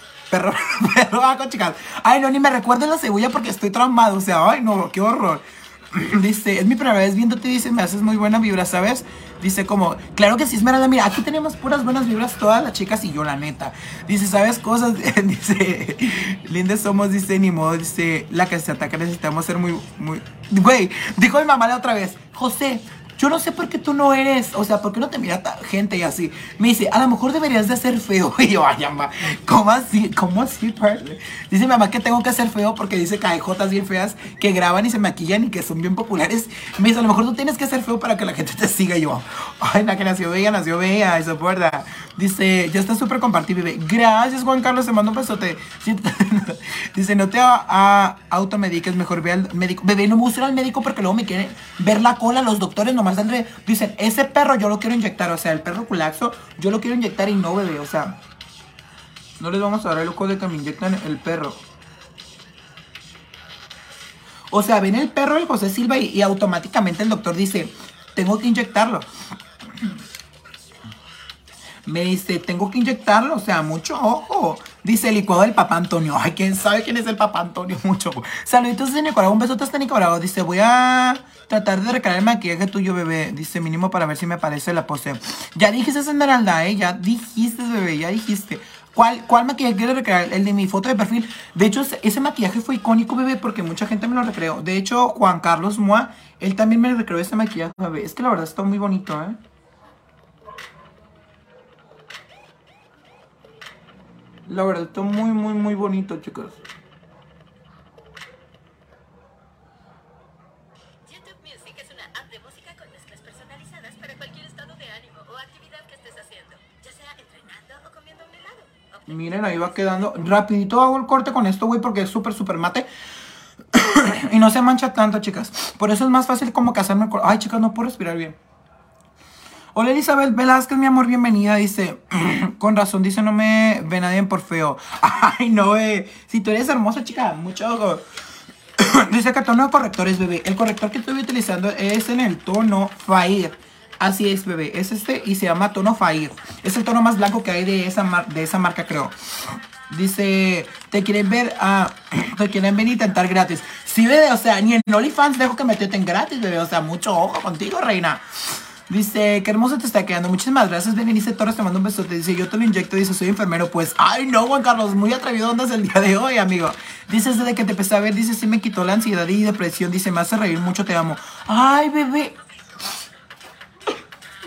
chicas. Ay, no, ni me recuerden la cebolla porque estoy traumado. O sea, ay, no, qué horror. Dice, es mi primera vez viéndote. Dice, me haces muy buena vibra, ¿sabes? Dice como, claro que sí, Esmeralda. Mira, aquí tenemos puras buenas vibras todas las chicas y yo, la neta. Dice, ¿sabes cosas? Dice, lindes somos, dice, ni modo. Dice, la que se ataca necesitamos ser muy... Güey, dijo mi mamá la otra vez, José, yo no sé por qué tú no eres, o sea, por qué no te mira gente y así. Me dice, a lo mejor deberías de ser feo. Y yo, ay, mamá, ¿cómo así? ¿Cómo así, padre? Dice mi mamá que tengo que ser feo porque dice caejotas bien feas que graban y se maquillan y que son bien populares. Me dice, a lo mejor tú tienes que ser feo para que la gente te siga. Y yo, ay, la que nació bella, eso puerta. Dice, ya está súper compartido, bebé. Gracias, Juan Carlos, te mando un besote. Dice, no te automediques, mejor ve al médico. Bebé, no me gusta ir al médico porque luego me quieren ver la cola los doctores nomás. Dicen, ese perro yo lo quiero inyectar. O sea, el perro culaxo yo lo quiero inyectar y no, bebé. O sea, no les vamos a dar el lujo de que me inyectan el perro. O sea, ven el perro del José Silva y automáticamente el doctor dice, tengo que inyectarlo. Me dice, tengo que inyectarlo, o sea, mucho ojo. Dice, el licuado del papá Antonio. Ay, ¿quién sabe quién es el papá Antonio? Mucho ojo. Saluditos de Nicolás, un besote hasta Nicolás. Dice, voy a tratar de recrear el maquillaje tuyo, bebé. Dice, mínimo para ver si me parece la pose. Ya dijiste, Esmeralda, ya dijiste, bebé, ya dijiste. ¿Cuál maquillaje quieres recrear? El de mi foto de perfil. De hecho, ese maquillaje fue icónico, bebé, porque mucha gente me lo recreó. De hecho, Juan Carlos Moa, él también me recreó ese maquillaje, bebé. Es que la verdad está muy bonito, ¿eh? La verdad está muy, muy, muy bonito, chicos. YouTube Music es una app de música con mezclas personalizadas para cualquier estado de ánimo o actividad que estés haciendo, ya sea entrenando o comiendo un helado. Miren, ahí va quedando. Rapidito hago el corte con esto, güey, porque es súper, súper mate. Y no se mancha tanto, chicas. Por eso es más fácil como que hacerme el corte. Ay, chicas, no puedo respirar bien. Hola, Elizabeth Velázquez, mi amor, bienvenida. Dice, con razón, dice, no me ve nadie por feo. Ay, no, si tú eres hermosa, chica, mucho ojo. Dice que tono de correctores, bebé. El corrector que estoy utilizando es en el tono Fair. Así es, bebé. Es este y se llama tono Fair. Es el tono más blanco que hay de esa marca, creo. Dice, te quieren ver y tentar gratis. Sí, bebé, o sea, ni en OnlyFans dejo que me teten gratis, bebé. O sea, mucho ojo contigo, reina. Dice, qué hermoso te está quedando. Muchísimas gracias, Berenice Torres, te mando un besote. Dice, yo te lo inyecto. Dice, soy enfermero. Pues, ay, no, Juan Carlos, muy atrevido andas el día de hoy, amigo. Dice, desde que te empecé a ver, dice, sí me quitó la ansiedad y depresión. Dice, me hace reír mucho, te amo. Ay, bebé.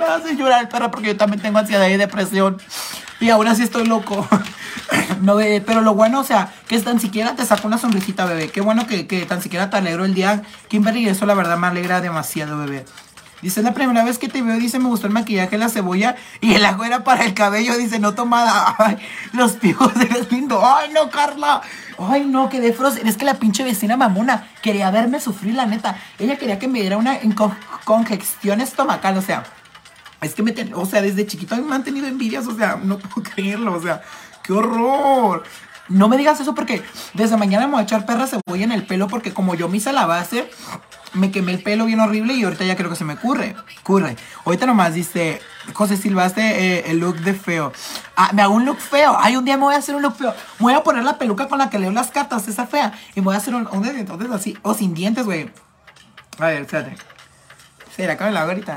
Me hace llorar, perra, porque yo también tengo ansiedad y depresión. Y aún así estoy loco. No, bebé, pero lo bueno, o sea, que tan siquiera te saco una sonrisita, bebé. Qué bueno que tan siquiera te alegro el día, Kimberly, y eso la verdad me alegra demasiado, bebé. Dice, es la primera vez que te veo, dice, me gustó el maquillaje, la cebolla y el ajo era para el cabello, dice, no tomada. Ay, los pijos, eres lindo. Ay, no, Carla. Ay, no, quedé frozen. Es que la pinche vecina mamona quería verme sufrir, la neta. Ella quería que me diera una congestión estomacal, o sea. Es que o sea, desde chiquito me han tenido envidias, o sea, no puedo creerlo, o sea, qué horror. No me digas eso porque desde mañana me voy a echar perra cebolla en el pelo porque como yo me hice la base, me quemé el pelo bien horrible y ahorita ya creo que se me curre. Ahorita nomás dice José Silvaste, el look de feo. Ah, me hago un look feo. Ay, un día me voy a hacer un look feo. Me voy a poner la peluca con la que leo las cartas, esa fea. Y me voy a hacer un de dientes así, o sin dientes, güey. A ver, espérate. ¿Será que me la hago ahorita?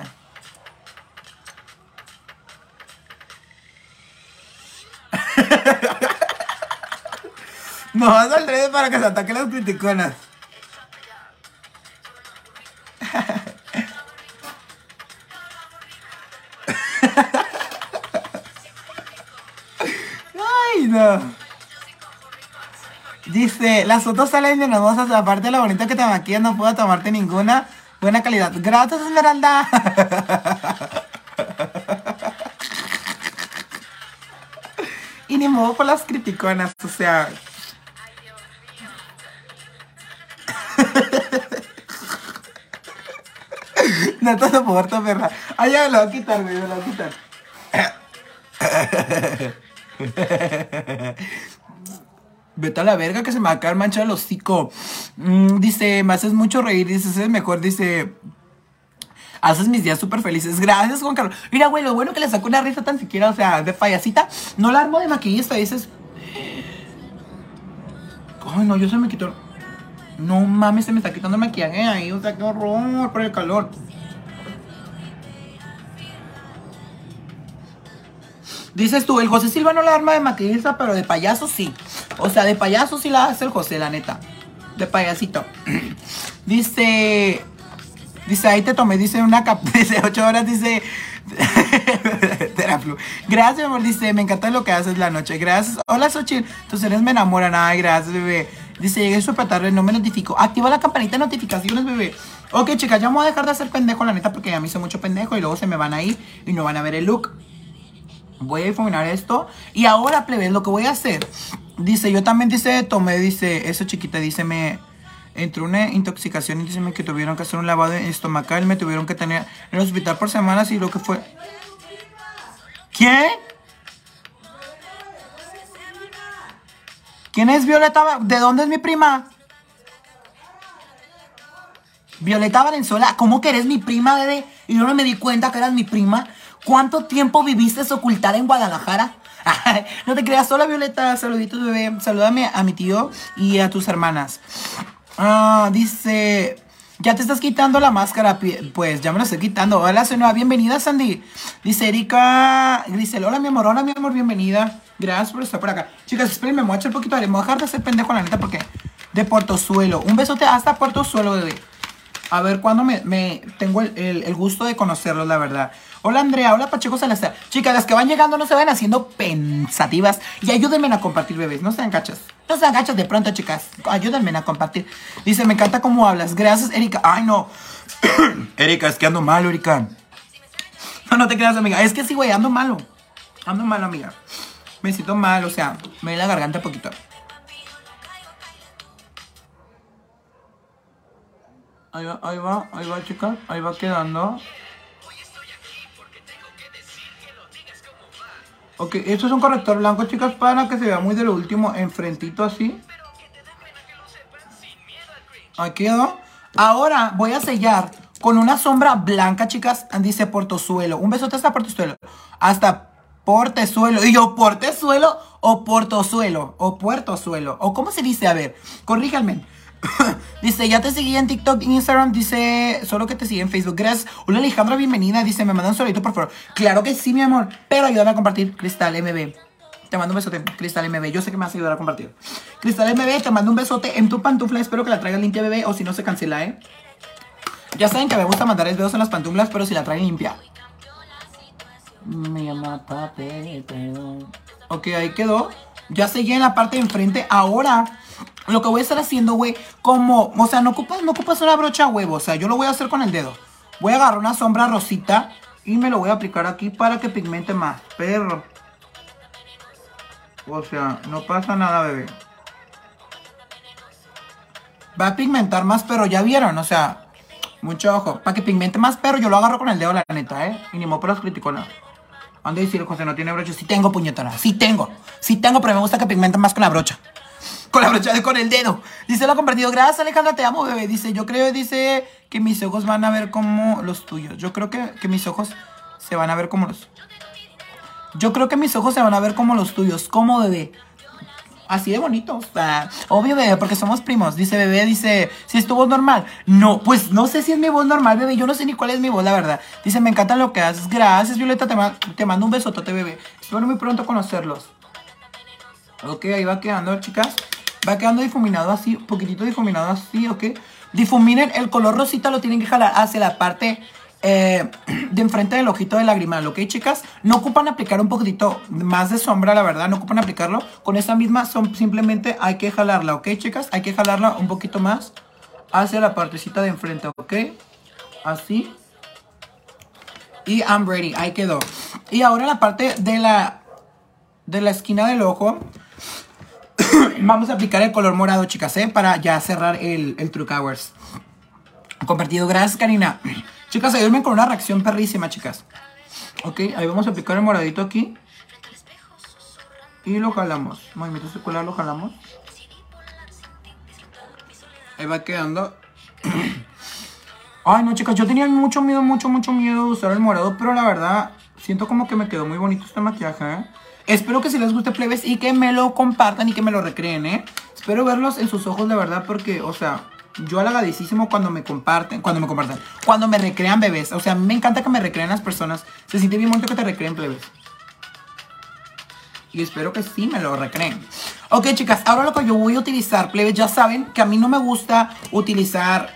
No vas al dread para que se ataquen las criticonas. Ay, no. Dice, las fotos salen de hermosas, aparte de la bonita que te maquillas, no puedo tomarte ninguna. Buena calidad. Gracias, Esmeralda. Y ni modo por las criticonas, o sea. No te soporto, perra. Ay, ya me lo voy a quitar, güey, me lo voy a quitar. Vete a la verga que se me va a caer manchado el hocico. Dice, me haces mucho reír, dice, es mejor, dice. Haces mis días súper felices. Gracias, Juan Carlos. Mira, güey, lo bueno que le saco una risa tan siquiera, o sea, de payasita. No la armo de maquillista, dices. Ay, no, yo se me quitó. No mames, se me está quitando el maquillaje ahí, o sea, qué horror por el calor. Dices tú, el José Silva no la arma de maquillista, pero de payaso sí. O sea, de payaso sí la hace el José, la neta. De payasito. Dice, ahí te tomé, dice una dice 8 horas, dice. Teraflu. Gracias, amor, dice, me encanta lo que haces la noche. Gracias. Hola, Xochitl, tus seres me enamoran. Ay, gracias, bebé. Dice, llegué súper tarde, no me notifico. Activa la campanita de notificaciones, bebé. Ok, chicas, ya me voy a dejar de hacer pendejo, la neta, porque ya me hice mucho pendejo y luego se me van a ir y no van a ver el look. Voy a difuminar esto. Y ahora, plebes, lo que voy a hacer. Dice, yo también, dice, tomé, dice, eso chiquita, dice, me entró una intoxicación y dice que tuvieron que hacer un lavado estomacal. Me tuvieron que tener en el hospital por semanas y lo que fue. ¿Quién? ¿Quién es Violeta? ¿De dónde es mi prima? Violeta Valenzuela, ¿cómo que eres mi prima, bebé? Y yo no me di cuenta que eras mi prima. ¿Cuánto tiempo viviste ocultada en Guadalajara? No te creas, sola, Violeta. Saluditos, bebé. Salúdame a mi tío y a tus hermanas. Dice, ya te estás quitando la máscara. Pues ya me la estoy quitando. Hola, soy nueva. Bienvenida, Sandy. Dice Erika Grisel, hola, mi amor, bienvenida. Gracias por estar por acá. Chicas, espérenme, me voy a echar un poquito de aire. Me voy a dejar de hacer pendejo, la neta, porque de Portozuelo. Un besote hasta Portozuelo, bebé. A ver cuándo me tengo el gusto de conocerlos, la verdad. Hola, Andrea. Hola, Pacheco Salazar. Chicas, las que van llegando no se van haciendo pensativas. Y ayúdenme a compartir, bebés. No sean gachas. No sean gachas de pronto, chicas. Ayúdenme a compartir. Dice, me encanta cómo hablas. Gracias, Erika. Ay, no. Erika, es que ando malo, Erika. No te creas, amiga. Es que sí, güey, ando malo. Ando malo, amiga. Me siento mal, o sea, me duele la garganta un poquito. Ahí va, chicas. Ahí va quedando. Ok, esto es un corrector blanco, chicas, para que se vea muy de lo último, enfrentito así. Ahí quedó. Ahora voy a sellar con una sombra blanca, chicas. Dice Portozuelo. Un besote hasta Portozuelo. Hasta Portezuelo. Y yo, ¿Portezuelo o Portozuelo? O Puertozuelo. ¿O cómo se dice? A ver, corríjanme. Dice, ya te seguí en TikTok, Instagram. Dice, solo que te sigue en Facebook. Gracias. Hola, Alejandra, bienvenida. Dice, me manda un solito, por favor. Claro que sí, mi amor. Pero ayúdame a compartir. Cristal MB. Te mando un besote, Cristal MB. Yo sé que me vas a ayudar a compartir. Cristal MB, te mando un besote en tu pantufla. Espero que la traigas limpia, bebé. O si no, se cancela, ¿eh? Ya saben que me gusta mandar besos en las pantuflas, pero si la traen limpia. Me llama papi, pero... Ok, ahí quedó. Ya seguí en la parte de enfrente. Ahora, lo que voy a estar haciendo, güey, como... O sea, no ocupas una brocha, huevo. O sea, yo lo voy a hacer con el dedo. Voy a agarrar una sombra rosita y me lo voy a aplicar aquí para que pigmente más. Perro. O sea, no pasa nada, bebé. Va a pigmentar más, pero ya vieron, o sea... Mucho ojo. Para que pigmente más, pero yo lo agarro con el dedo, la neta, ¿eh? Y ni modo por las criticonas. Han de decir, José, no tiene brocha. Sí tengo, puñetona. Sí tengo, pero me gusta que pigmente más con la brocha. Con la brocha, con el dedo. Dice, lo ha compartido. Gracias, Alejandra, te amo, bebé. Dice, yo creo, dice, que mis ojos van a ver como los tuyos. Yo creo que mis ojos se van a ver como los... Yo creo que mis ojos se van a ver como los tuyos. ¿Cómo, bebé? Así de bonito, o sea, obvio, bebé, porque somos primos. Dice, bebé, dice, si es tu voz normal. No, pues no sé si es mi voz normal, bebé. Yo no sé ni cuál es mi voz, la verdad. Dice, me encanta lo que haces. Gracias, Violeta, te mando un besotote, bebé. Espero muy pronto conocerlos. Ok, ahí va quedando, chicas. Va quedando difuminado así, un poquitito difuminado así, ok. Difuminen, el color rosita lo tienen que jalar hacia la parte... de enfrente del ojito de lagrimal, ¿ok, chicas? No ocupan aplicar un poquitito más de sombra, la verdad, no ocupan aplicarlo. Con esta misma simplemente hay que jalarla, ¿ok, chicas? Hay que jalarla un poquito más hacia la partecita de enfrente, ¿ok? Así. Y I'm ready, ahí quedó. Y ahora la parte de la esquina del ojo vamos a aplicar el color morado, chicas, para ya cerrar el Truc Hours. Compartido, gracias, Karina. Chicas, ayúdenme con una reacción perrísima, chicas. Ok, ahí vamos a aplicar el moradito aquí. Y lo jalamos. Movimiento circular, lo jalamos. Ahí va quedando. Ay, no, chicas, yo tenía mucho miedo de usar el morado. Pero la verdad, siento como que me quedó muy bonito este maquillaje, ¿eh? Espero que si les guste, plebes, y que me lo compartan y que me lo recreen, ¿eh? Espero verlos en sus ojos, de verdad, porque, o sea... Yo halagadísimo cuando me recrean, bebés. O sea, a mí me encanta que me recreen las personas. Se siente bien bonito que te recreen, plebes. Y espero que sí me lo recreen. Ok, chicas, ahora lo que yo voy a utilizar, plebes, ya saben que a mí no me gusta utilizar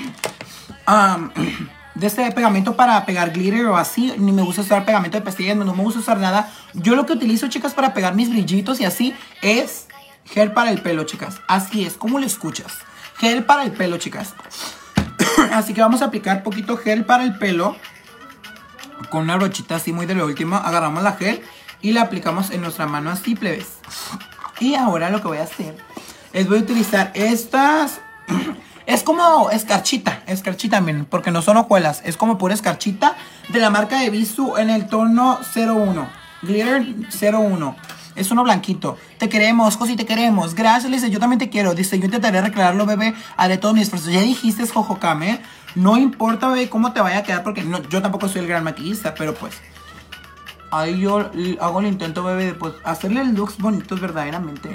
de este pegamento para pegar glitter o así. Ni me gusta usar pegamento de pestañas, no me gusta usar nada. Yo lo que utilizo, chicas, para pegar mis brillitos y así es gel para el pelo, chicas. Así es, como lo escuchas. Gel para el pelo, chicas. Así que vamos a aplicar poquito gel para el pelo. Con una brochita así muy de lo último. Agarramos la gel y la aplicamos en nuestra mano así, plebes. Y ahora lo que voy a hacer es voy a utilizar estas. Es como escarchita, miren, porque no son hojuelas. Es como pura escarchita de la marca de Bisú en el tono 01. Glitter 01. Es uno blanquito. Te queremos, Josi, te queremos. Gracias, dice, yo también te quiero. Dice, yo intentaré recrearlo, bebé. Haré todo mi esfuerzo. Ya dijiste, Jojocame. No importa, bebé, cómo te vaya a quedar. Porque no, yo tampoco soy el gran maquillista. Pero pues, ahí yo hago el intento, bebé, de pues, hacerle looks bonitos verdaderamente.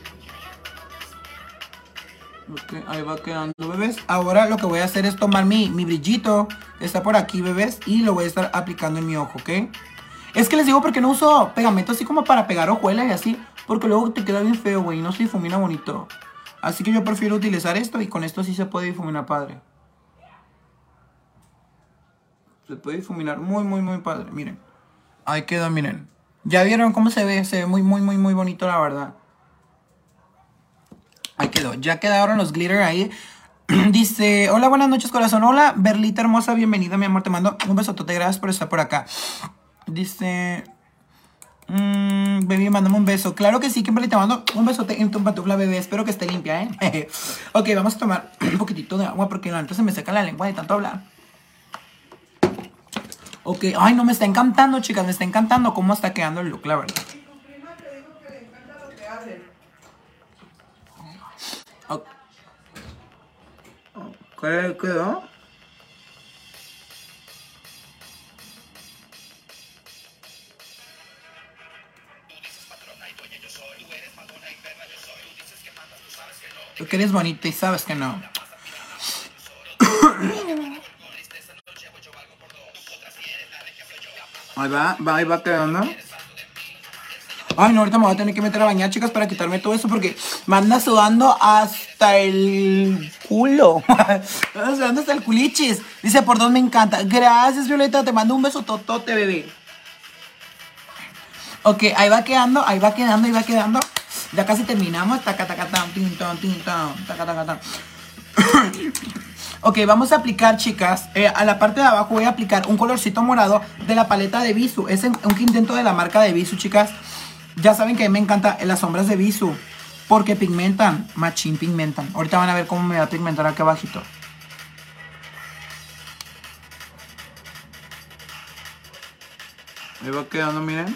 Ok, ahí va quedando, bebés. Ahora lo que voy a hacer es tomar mi brillito que está por aquí, bebés. Y lo voy a estar aplicando en mi ojo, ¿ok? Es que les digo porque no uso pegamento así como para pegar hojuelas y así. Porque luego te queda bien feo, güey. No se difumina bonito. Así que yo prefiero utilizar esto. Y con esto sí se puede difuminar padre. Se puede difuminar muy padre. Miren. Ahí quedó, miren. ¿Ya vieron cómo se ve? Se ve muy bonito, la verdad. Ahí quedó. Ya quedaron los glitter ahí. Dice, hola, buenas noches, corazón. Hola, Berlita hermosa, bienvenida, mi amor. Te mando un besotote. Gracias por estar por acá. Dice, baby, mándame un beso. Claro que sí, Kimberly, te mando un besote en tu pantufla, bebé. Espero que esté limpia, ¿eh? Ok, vamos a tomar un poquitito de agua porque antes se me seca la lengua de tanto hablar. Ok, ay, no, me está encantando, chicas. Me está encantando cómo está quedando el look, la verdad. ¿Qué quedó? Tú que eres bonita y sabes que no. Ahí va quedando. Ay, no, ahorita me voy a tener que meter a bañar, chicas, para quitarme todo eso porque me anda sudando hasta el culo. Me anda sudando hasta el culichis. Dice, por dos me encanta. Gracias, Violeta, te mando un beso totote, bebé. Ok, ahí va quedando, ahí va quedando, ahí va quedando. Ya casi terminamos. Taca, taca, tan, tin, ton, taca, taca, tan. Ok, vamos a aplicar, chicas, a la parte de abajo voy a aplicar un colorcito morado de la paleta de Visu. Es un quinteto de la marca de Visu, chicas. Ya saben que a mí me encantan las sombras de Visu, porque pigmentan, machín pigmentan. Ahorita van a ver cómo me va a pigmentar aquí abajito. Ahí va quedando, miren.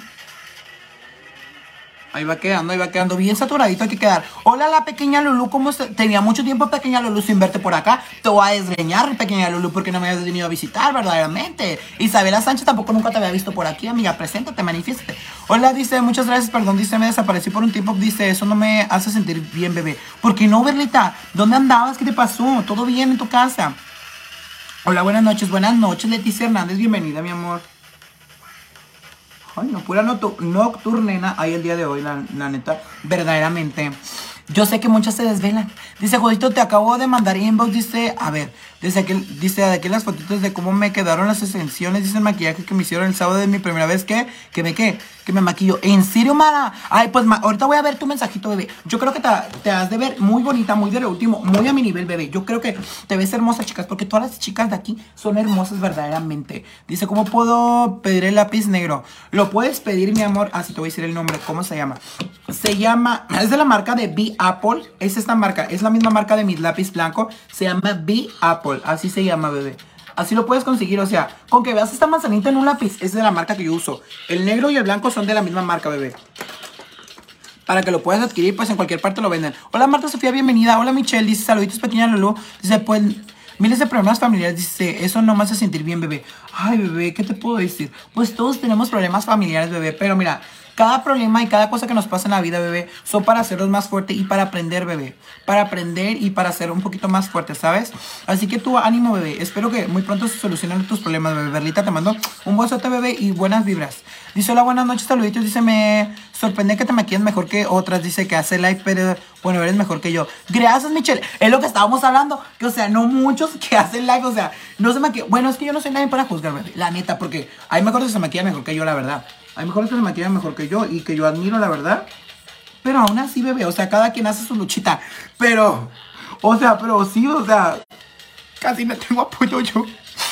Ahí va quedando bien saturadito, hay que quedar. Hola la pequeña Lulu, ¿cómo estás? Tenía mucho tiempo pequeña Lulu sin verte por acá. Te voy a desgreñar, pequeña Lulu, porque no me habías venido a visitar verdaderamente. Isabela Sánchez tampoco nunca te había visto por aquí, amiga, preséntate, manifiéstate. Hola, dice, muchas gracias, perdón, dice, me desaparecí por un tiempo, dice, eso no me hace sentir bien, bebé. ¿Por qué no, Berlita? ¿Dónde andabas? ¿Qué te pasó? ¿Todo bien en tu casa? Hola, buenas noches, Leticia Hernández, bienvenida, mi amor. Ay, no, pura nocturnena hay el día de hoy, la neta, verdaderamente. Yo sé que muchas se desvelan. Dice, Jodito, te acabo de mandar inbox, dice, a ver, dice de aquí las fotitos de cómo me quedaron las extensiones, dice el maquillaje que me hicieron el sábado de mi primera vez, que me maquillo. ¿En serio, Mara? Ay, pues ahorita voy a ver tu mensajito, bebé. Yo creo que te has de ver muy bonita, muy de lo último, muy a mi nivel, bebé. Yo creo que te ves hermosa, chicas, porque todas las chicas de aquí son hermosas verdaderamente. Dice, ¿cómo puedo pedir el lápiz negro? Lo puedes pedir, mi amor. Ah, sí, te voy a decir el nombre. ¿Cómo se llama? Se llama, es de la marca de B Apple. Es esta marca, es la misma marca de mi lápiz blanco. Se llama B Apple, así se llama, bebé. Así lo puedes conseguir, o sea, con que veas esta manzanita en un lápiz, es de la marca que yo uso. El negro y el blanco son de la misma marca, bebé. Para que lo puedas adquirir, pues en cualquier parte lo venden. Hola Marta Sofía, bienvenida. Hola Michelle, dice, saluditos pequeña Lulu. Dice, pues, miles de problemas familiares, dice, eso no me hace sentir bien, bebé. Ay, bebé, ¿qué te puedo decir? Pues todos tenemos problemas familiares, bebé, pero mira, cada problema y cada cosa que nos pasa en la vida, bebé, son para hacernos más fuertes y para aprender, bebé. Para aprender y para ser un poquito más fuertes, ¿sabes? Así que tú, ánimo, bebé. Espero que muy pronto se solucionen tus problemas, bebé. Berlita, te mando un besote, bebé, y buenas vibras. Dice, hola, buenas noches, saluditos. Dice, me sorprende que te maquilles mejor que otras. Dice que hace live, pero bueno, eres mejor que yo. Gracias, Michelle. Es lo que estábamos hablando. Que, o sea, no muchos que hacen live, o sea, no se maquillan. Bueno, es que yo no soy nadie para juzgar, bebé. La neta, porque hay mejores que se maquillan mejor que yo, la verdad. Hay mejores que se maquillan mejor que yo y que yo admiro, la verdad. Pero aún así, bebé, o sea, cada quien hace su luchita. Pero, o sea, pero sí, o sea, casi no tengo apoyo yo.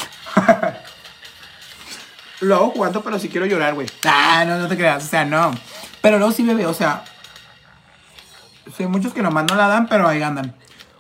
Lo hago jugando, pero sí quiero llorar, güey. Ah, no te creas, o sea, no. Pero luego sí, bebé, o sea, sí, hay muchos que nomás no la dan, pero ahí andan.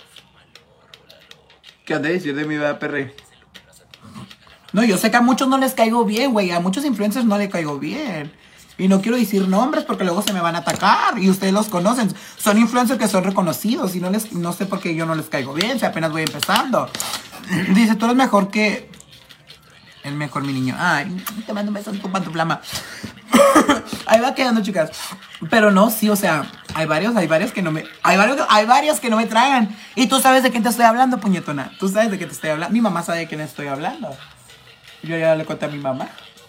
¿Qué han de decir de mi vida, perre? No, yo sé que a muchos no les caigo bien, güey. A muchos influencers no les caigo bien. Y no quiero decir nombres porque luego se me van a atacar. Y ustedes los conocen. Son influencers que son reconocidos. Y no sé por qué yo no les caigo bien. Si apenas voy empezando. Dice, tú eres mejor que... El mejor, mi niño. Ay, te mando un beso en tu pantuflama. Ahí va quedando, chicas. Pero no, sí, o sea, hay varios que no me... Hay varios que no me tragan. Y tú sabes de quién te estoy hablando, puñetona. Tú sabes de qué te estoy hablando. Mi mamá sabe de quién estoy hablando. Yo ya le conté a mi mamá.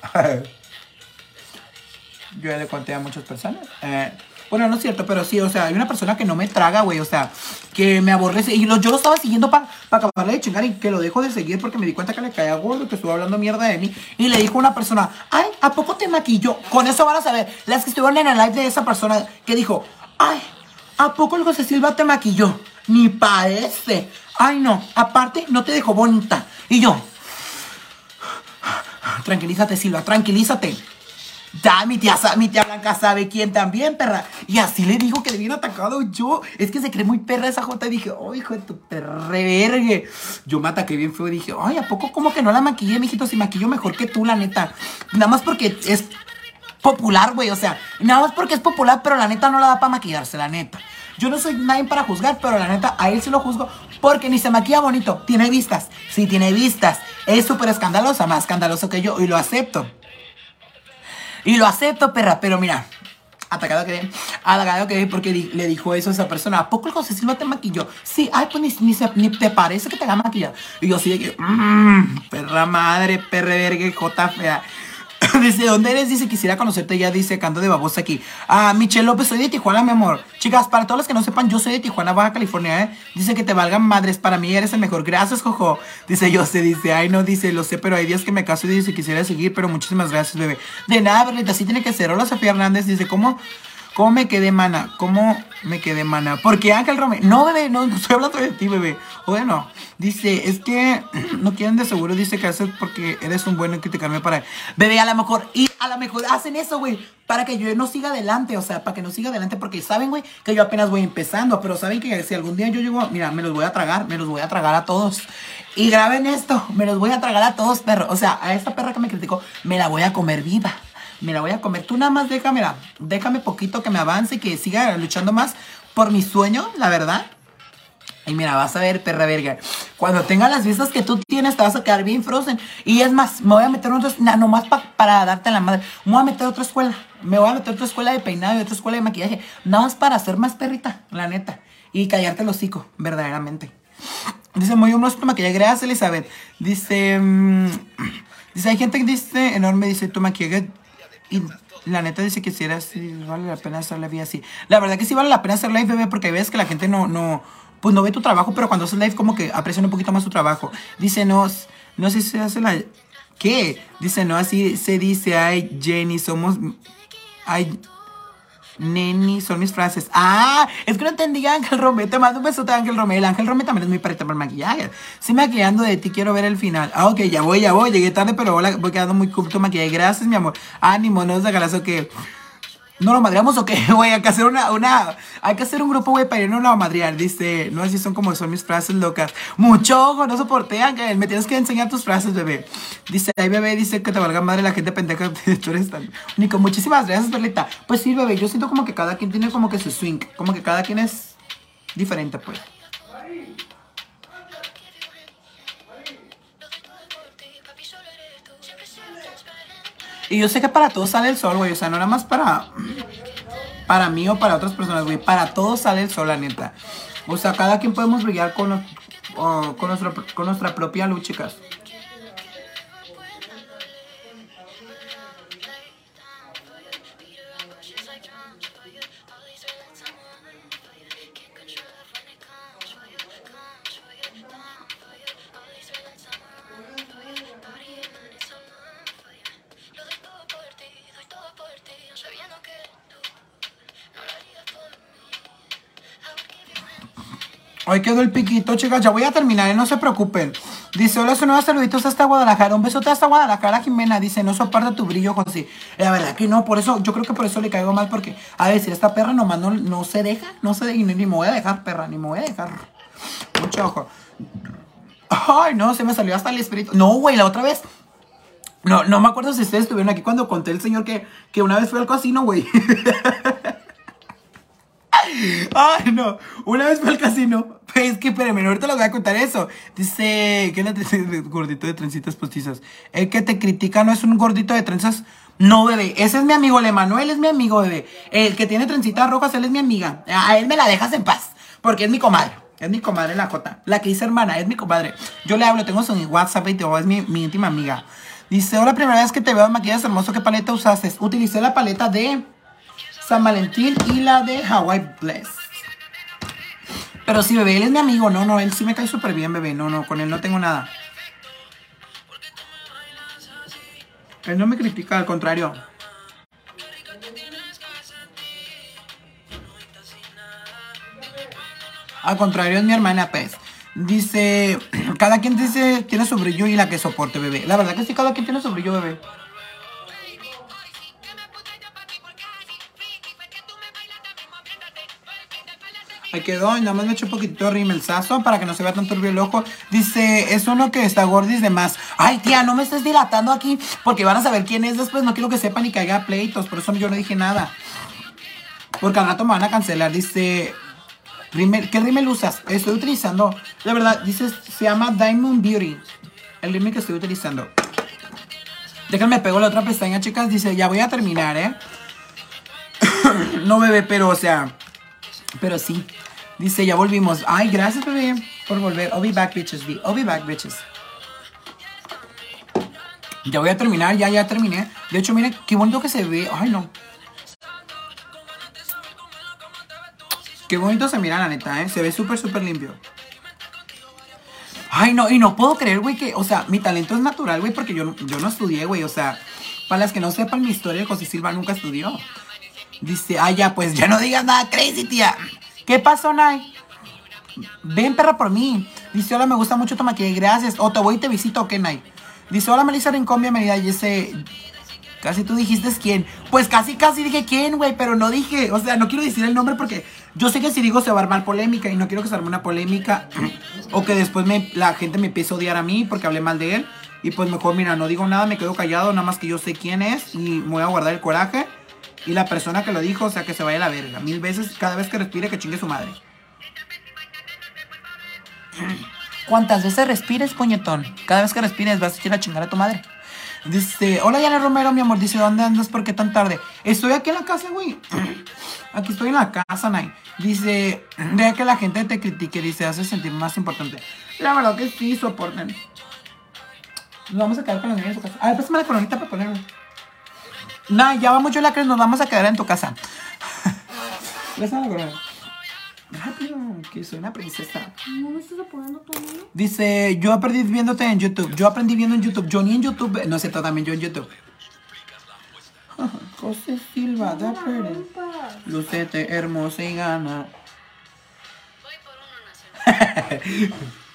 Yo ya le conté a muchas personas. Bueno, no es cierto, pero sí, o sea, hay una persona que no me traga, güey, o sea, que me aborrece. Y yo lo estaba siguiendo para acabarle de chingar y que lo dejo de seguir porque me di cuenta que le caía gordo, que estuvo hablando mierda de mí. Y le dijo una persona, ay, ¿a poco te maquillo? Con eso van a saber. Las que estuvieron en el live de esa persona que dijo, ay, ¿a poco el José Silva te maquilló? Ni parece. Ay, no, aparte no te dejó bonita. Y yo... Tranquilízate, Silva, tranquilízate. Ya, mi tía Blanca sabe quién también, perra. Y así le dijo que le habían atacado yo. Es que se cree muy perra esa jota. Y dije, oh, hijo de tu perrevergue. Yo me ataqué bien feo y dije, ay, ¿a poco como que no la maquillé, mijito? Si maquillo mejor que tú, la neta. Nada más porque es popular, güey. O sea, nada más porque es popular, pero la neta no la da para maquillarse, la neta. Yo no soy nadie para juzgar, pero la neta, a él sí lo juzgo porque ni se maquilla bonito. Tiene vistas. Sí, tiene vistas. Es súper escandalosa, más escandaloso que yo. Y lo acepto. Y lo acepto, perra. Pero mira, atacado quedé porque le dijo eso a esa persona. ¿A poco el José Silva te maquilló? Sí, ay, pues ni te parece que te haga maquillar. Y yo así de que, perra madre, perre verga, jota fea. Dice, ¿dónde eres? Dice, quisiera conocerte ya, dice, canto de babosa aquí. Ah, Michelle López, soy de Tijuana, mi amor. Chicas, para todos los que no sepan, yo soy de Tijuana, Baja California, ¿eh? Dice que te valgan madres, para mí eres el mejor. Gracias, Jojo. Dice, yo sé, dice, ay, no, dice, lo sé, pero hay días que me caso y dice, quisiera seguir, pero muchísimas gracias, bebé. De nada, Berlita, así tiene que ser. Hola, Sofía Hernández, dice, ¿cómo me quedé, mana? ¿Cómo me quedé, mana? Porque Ángel Romero... No, bebé, no estoy hablando de ti, bebé. Bueno, dice, es que no quieren de seguro, dice que haces porque eres un bueno en criticarme para... Bebé, a lo mejor hacen eso, güey, para que yo no siga adelante, o sea, para que no siga adelante, porque saben, güey, que yo apenas voy empezando, pero saben que si algún día yo llego, mira, me los voy a tragar a todos. Y graben esto, me los voy a tragar a todos, perro. O sea, a esta perra que me criticó, me la voy a comer viva. Me la voy a comer. Tú nada más déjame poquito que me avance y que siga luchando más por mi sueño, la verdad. Y mira, vas a ver, perra verga. Cuando tenga las vistas que tú tienes, te vas a quedar bien frozen. Y es más, me voy a meter nomás para darte la madre. Me voy a meter a otra escuela. Me voy a meter a otra escuela de peinado y otra escuela de maquillaje. Nada más para ser más perrita, la neta. Y callarte el hocico, verdaderamente. Dice, muy humoroso tu maquillaje. Gracias, Elizabeth. Dice, dice, hay gente que dice, enorme, dice, tu maquillaje... Y la neta dice que si vale la pena hacer live así. La verdad que sí vale la pena hacer live, bebé, porque hay veces que la gente no ve tu trabajo, pero cuando haces live como que aprecian un poquito más tu trabajo. Dice, no sé si se hace la... ¿Qué? Dice, no, así se dice, ay, Jenny, ay, neni, son mis frases. Ah, es que no entendí, Ángel Romero. Te mando un besote, Ángel Romero. El Ángel Romero también es muy parita para el maquillaje. Sí, maquillando de ti, quiero ver el final. Ah, ok, ya voy. Llegué tarde, pero voy quedando muy cool tu maquillaje. Gracias, mi amor. Ánimo, no os galazo que... ¿No lo madreamos o qué, güey? Hay que hacer hay que hacer un grupo, güey, para irnos a madrear. Dice, no, así son mis frases locas. Mucho ojo, no soporté, Ángel. Me tienes que enseñar tus frases, bebé. Dice, ay, bebé, dice que te valga madre la gente pendeja. Tú eres tan único. Muchísimas gracias, Perlita. Pues sí, bebé, yo siento como que cada quien tiene como que su swing. Como que cada quien es diferente, pues. Y yo sé que para todos sale el sol, güey. O sea, no nada más para mí o para otras personas, güey. Para todos sale el sol, la neta. O sea, cada quien podemos brillar con nuestra propia luz, chicas. Hoy quedó el piquito, chicas. Ya voy a terminar, no se preocupen. Dice, hola, son nuevos saluditos hasta Guadalajara. Un besote hasta Guadalajara, Jimena. Dice, no soporta tu brillo, José. La verdad que no, por eso, yo creo que por eso le caigo mal. Porque, a ver, si esta perra nomás no se deja, ni me voy a dejar, perra, ni me voy a dejar. Mucho ojo. Ay, no, se me salió hasta el espíritu. No, güey, la otra vez. No me acuerdo si ustedes estuvieron aquí cuando conté el señor que una vez fue al casino, güey. Ay, no. Una vez fue al casino. Es que, espérenme, ahorita les voy a contar eso. Dice, ¿qué es el gordito de trencitas postizas? El que te critica no es un gordito de trenzas. No, bebé. Ese es mi amigo, el Emanuel es mi amigo, bebé. El que tiene trencitas rojas, él es mi amiga. A él me la dejas en paz. Porque es mi comadre. Es mi comadre la Jota. La que dice hermana, es mi comadre. Yo le hablo, tengo su WhatsApp y todo. Es mi íntima amiga. Dice, hola, primera vez que te veo en maquillaje hermoso. ¿Qué paleta usaste? Utilicé la paleta de San Valentín y la de Hawaii Bless. Pero sí, bebé, él es mi amigo. No, él sí me cae súper bien, bebé. No, con él no tengo nada. Él no me critica, al contrario. Al contrario, es mi hermana, pues. Dice, cada quien tiene su brillo y la que soporte, bebé. La verdad que sí, cada quien tiene su brillo, bebé. Ahí quedó, y nada más me echo un poquitito de rimelsazo para que no se vea tan turbio el ojo. Dice, es uno que está gordis de más. Ay, tía, no me estés dilatando aquí, porque van a saber quién es después. No quiero que sepan ni que haya pleitos, por eso yo no dije nada. Porque al rato me van a cancelar. Dice, ¿qué rímel usas? Estoy utilizando, la verdad, dice, se llama Diamond Beauty. El rímel que estoy utilizando. Déjenme pego la otra pestaña, chicas. Dice, ya voy a terminar, No, bebé, pero, o sea, pero sí. Dice, ya volvimos. Ay, gracias, bebé, por volver. I'll be back, bitches. I'll be back, bitches. Ya voy a terminar, ya terminé. De hecho, miren qué bonito que se ve. Ay, no. Qué bonito se mira, la neta, ¿eh? Se ve súper, súper limpio. Ay, no, y no puedo creer, güey, que, o sea, mi talento es natural, güey, porque yo no estudié, güey, o sea, para las que no sepan mi historia, José Silva nunca estudió. Dice, ay, ya, pues, ya no digas nada crazy, tía. ¿Qué pasó, Nay? Ven, perra, por mí. Dice, hola, me gusta mucho tu maquillaje, gracias. O te voy y te visito, ¿ok, Nay? Dice, hola, Melissa Rincón, bienvenida, y ese... Casi tú dijiste quién. Pues casi dije quién, güey, pero no dije, o sea, no quiero decir el nombre porque yo sé que si digo se va a armar polémica y no quiero que se arme una polémica o que después la gente me empiece a odiar a mí porque hablé mal de él. Y pues mejor, mira, no digo nada, me quedo callado, nada más que yo sé quién es y me voy a guardar el coraje. Y la persona que lo dijo, o sea, que se vaya a la verga. 1000 veces, cada vez que respire, que chingue su madre. ¿Cuántas veces respires, puñetón? Cada vez que respires vas a ir a chingar a tu madre. Dice, hola Diana Romero, mi amor. Dice, ¿dónde andas? ¿Por qué tan tarde? Estoy aquí en la casa, güey. Aquí estoy en la casa, Nay. Dice, deja que la gente te critique. Dice, hace sentir más importante. La verdad que sí, soporten. Nos vamos a quedar con los niños en su casa. A ver, pásame la coronita para ponerlo. Nay, ya vamos yo la que nos vamos a quedar en tu casa. Pásame la corona. Rápido, que soy una princesa. ¿No me estás apurando tú, amigo? Dice, yo aprendí viéndote en YouTube. Yo aprendí viendo en YouTube. Yo ni en YouTube. No sé, también yo en YouTube. José Silva, da Lucete, hermosa y gana. Voy por uno nacional.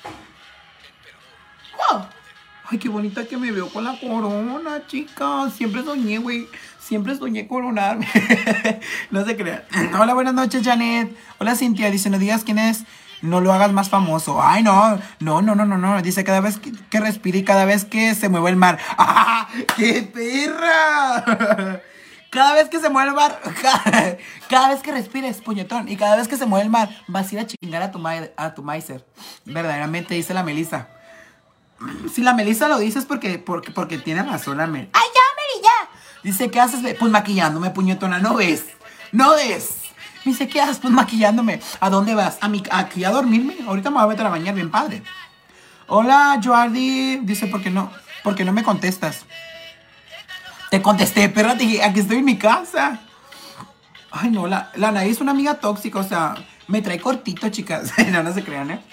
Wow. Ay, qué bonita que me veo con la corona, chicas. Siempre soñé, güey. Siempre soñé coronarme. No se crean. Hola, buenas noches, Janet. Hola, Cintia. Dice, no digas quién es. No lo hagas más famoso. Ay, no. No. Dice, cada vez que respire y cada vez que se mueva el mar. ¡Ah! ¡Qué perra! Cada vez que se mueve el mar. Cada vez que respires, puñetón. Y cada vez que se mueve el mar, vas a ir a chingar a tu Maiser. Verdaderamente, dice la Melissa. Si la Melissa lo dice es porque tiene razón la Mel. ¡Ay, ya, Meli, ya! Dice, ¿qué haces? Pues maquillándome, puñetona, ¿no ves? ¿No ves? Dice, ¿qué haces? Pues maquillándome. ¿A dónde vas? Aquí a dormirme. Ahorita me voy a meter a bañar bien padre. Hola, Joardi. Dice, ¿por qué no me contestas? Te contesté, perra, te dije, aquí estoy en mi casa. Ay, no, la Anaí es una amiga tóxica, o sea, me trae cortito, chicas. No se crean, ¿eh?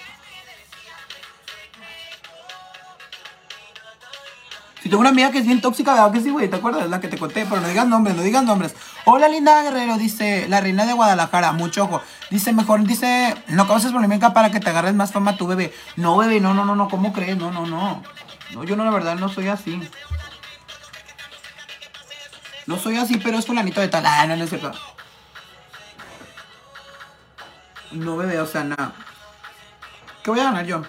Si tengo una amiga que es bien tóxica, ¿verdad que sí, güey? ¿Te acuerdas? La que te conté, pero no digas nombres. Hola, linda Guerrero, dice la reina de Guadalajara, mucho ojo. Dice, mejor, dice, no causes polémica para que te agarres más fama tu bebé. No, bebé, no, ¿cómo crees? No. No, yo no, la verdad, no soy así. No soy así, pero es fulanito de tal. Ah, no es cierto. No, bebé, o sea, nada. ¿Qué voy a ganar yo?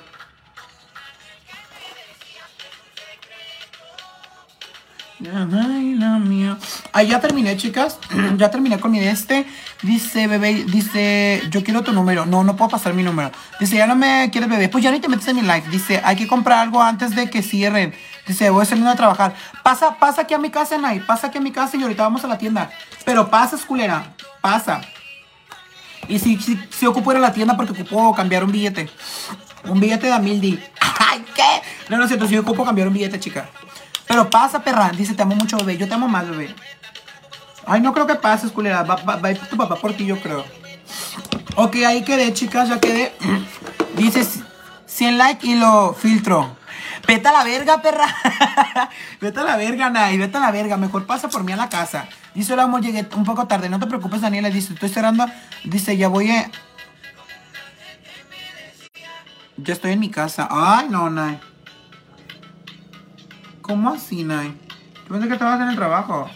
Ay, la mía. Ay, ya terminé, chicas. Ya terminé con mi Dice, bebé, dice, yo quiero tu número. No puedo pasar mi número. Dice, ya no me quieres, bebé. Pues ya ni te metes en mi live. Dice, hay que comprar algo antes de que cierren. Dice, voy saliendo a trabajar. Pasa aquí a mi casa, Nay. Pasa aquí a mi casa y ahorita vamos a la tienda. Pero pasa, esculera. Pasa. Y si ocupo ir a la tienda porque ocupo cambiar un billete. Un billete de $1000. Ay, ¿qué? No es cierto, si ocupo cambiar un billete, chica. Pero pasa, perra. Dice, te amo mucho, bebé. Yo te amo más, bebé. Ay, no creo que pases, culera. Va a ir tu papá por ti, yo creo. Ok, ahí quedé, chicas. Ya quedé. Dice 100 likes y lo filtro. Vete a la verga, perra. Vete a la verga, Nay. Vete a la verga. Mejor pasa por mí a la casa. Dice, hola, amor, llegué un poco tarde. No te preocupes, Daniela. Dice, estoy cerrando. Dice, ya voy a... Ya estoy en mi casa. Ay, no, Nay. ¿Cómo así, Nay? Yo pensé que estabas en el trabajo.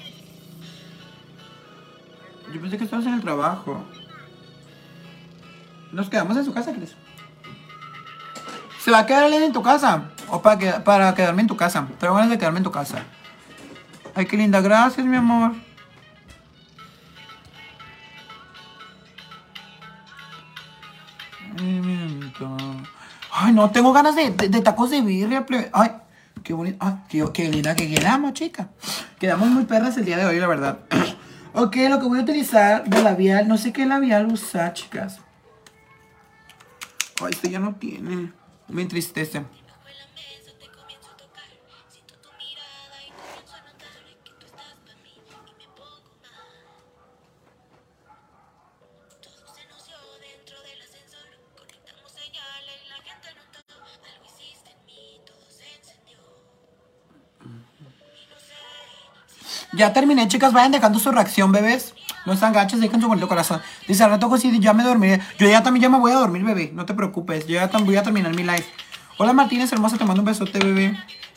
Nos quedamos en su casa, Cris. ¿Se va a quedar alguien en tu casa? ¿O para quedarme en tu casa? Tengo ganas de quedarme en tu casa. Ay, qué linda. Gracias, mi amor. Ay, no, tengo ganas de tacos de birria. Ay, qué bonito. Ay, qué linda que quedamos, chica. Quedamos muy perras el día de hoy, la verdad. Ok, lo que voy a utilizar de labial. No sé qué labial usar, chicas. Ay, este ya no tiene. Me entristece. Ya terminé, chicas. Vayan dejando su reacción, bebés. No están gachos, dejen su bonito corazón. Dice, al rato sí, ya me dormiré. Yo ya también ya me voy a dormir, bebé. No te preocupes. Yo ya voy a terminar mi live. Hola, Martínez, hermosa. Te mando un besote, bebé.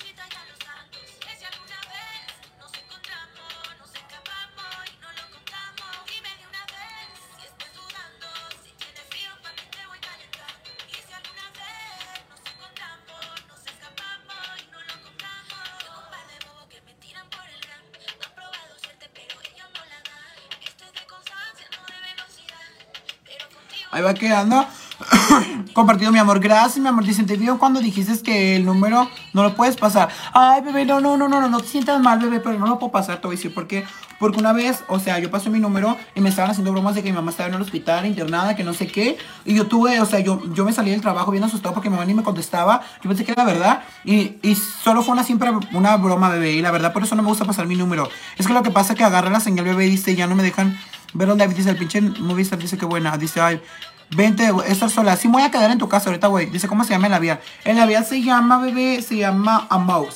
Ahí va quedando. Compartido, mi amor. Gracias, mi amor. Dice, te vio cuando dijiste que el número no lo puedes pasar. Ay, bebé, no te sientas mal, bebé, pero no lo puedo pasar, te voy a decir por qué. Porque una vez, o sea, yo pasé mi número y me estaban haciendo bromas de que mi mamá estaba en el hospital, internada, que no sé qué. Y yo tuve, o sea, yo me salí del trabajo bien asustado porque mi mamá ni me contestaba. Yo pensé que era verdad. Y solo fue siempre una broma, bebé. Y la verdad, por eso no me gusta pasar mi número. Es que lo que pasa es que agarra la señal, bebé, y dice, ya no me dejan ver dónde. Dice, el pinche Movistar dice que buena. Dice, ay, vente, estar sola. Sí, me voy a quedar en tu casa ahorita, güey. Dice, ¿cómo se llama el labial? El labial se llama, bebé, se llama A Mouse.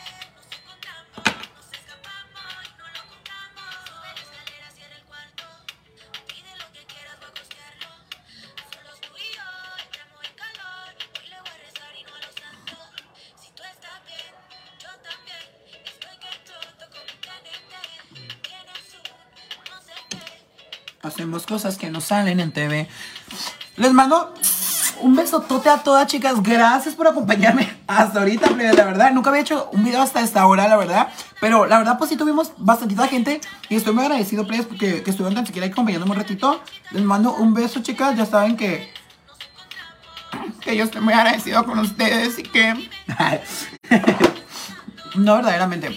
Hacemos cosas que no salen en TV. Les mando un besotote a todas, chicas. Gracias por acompañarme hasta ahorita, plebes, la verdad. Nunca había hecho un video hasta esta hora, la verdad. Pero la verdad, pues sí tuvimos bastantita gente. Y estoy muy agradecido, plebes, porque que estuvieron tan siquiera acompañándome un ratito. Les mando un beso, chicas. Ya saben que yo estoy muy agradecido con ustedes y que... no, verdaderamente.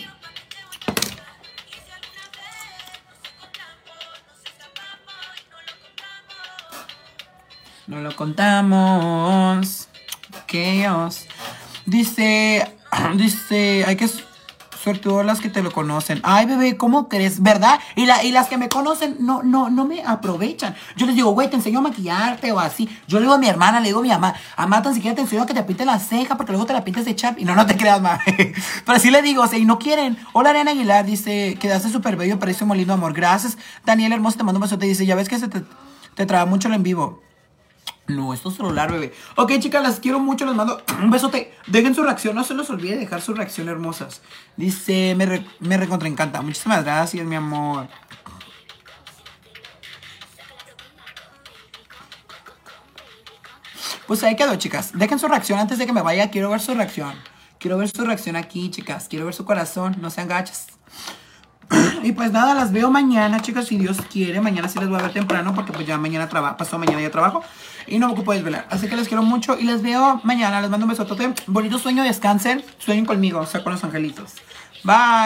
No lo contamos. Chaos. Dice, hay que suertudo las que te lo conocen. Ay, bebé, ¿cómo crees? ¿Verdad? Y las que me conocen no me aprovechan. Yo les digo, güey, te enseño a maquillarte o así. Yo le digo a mi hermana, le digo a mi mamá, mamá, tan siquiera te enseño a que te pintes la ceja porque luego te la pintes de chap. Y no te creas, mamá. Pero sí le digo, o sea, y no quieren. Hola, Ariana Aguilar, dice, quedaste súper bello, parece muy lindo, amor. Gracias. Daniel Hermoso, te mando un beso. Te dice, ya ves que te traba mucho el en vivo. No, esto es celular, bebé. Ok, chicas, las quiero mucho, les mando un besote. Dejen su reacción, no se los olvide dejar su reacción, hermosas. Dice, me recontra encanta. Muchísimas gracias, mi amor. Pues ahí quedó, chicas. Dejen su reacción antes de que me vaya. Quiero ver su reacción. Quiero ver su reacción aquí, chicas. Quiero ver su corazón. No sean gachas. Y pues nada, las veo mañana, chicas, si Dios quiere. Mañana sí les voy a ver temprano porque pues ya mañana pasó mañana ya trabajo y no me ocupo de desvelar. Así que les quiero mucho y les veo mañana. Les mando un besotote. Bonito sueño, descansen. Sueñen conmigo, o sea, con los angelitos. Bye.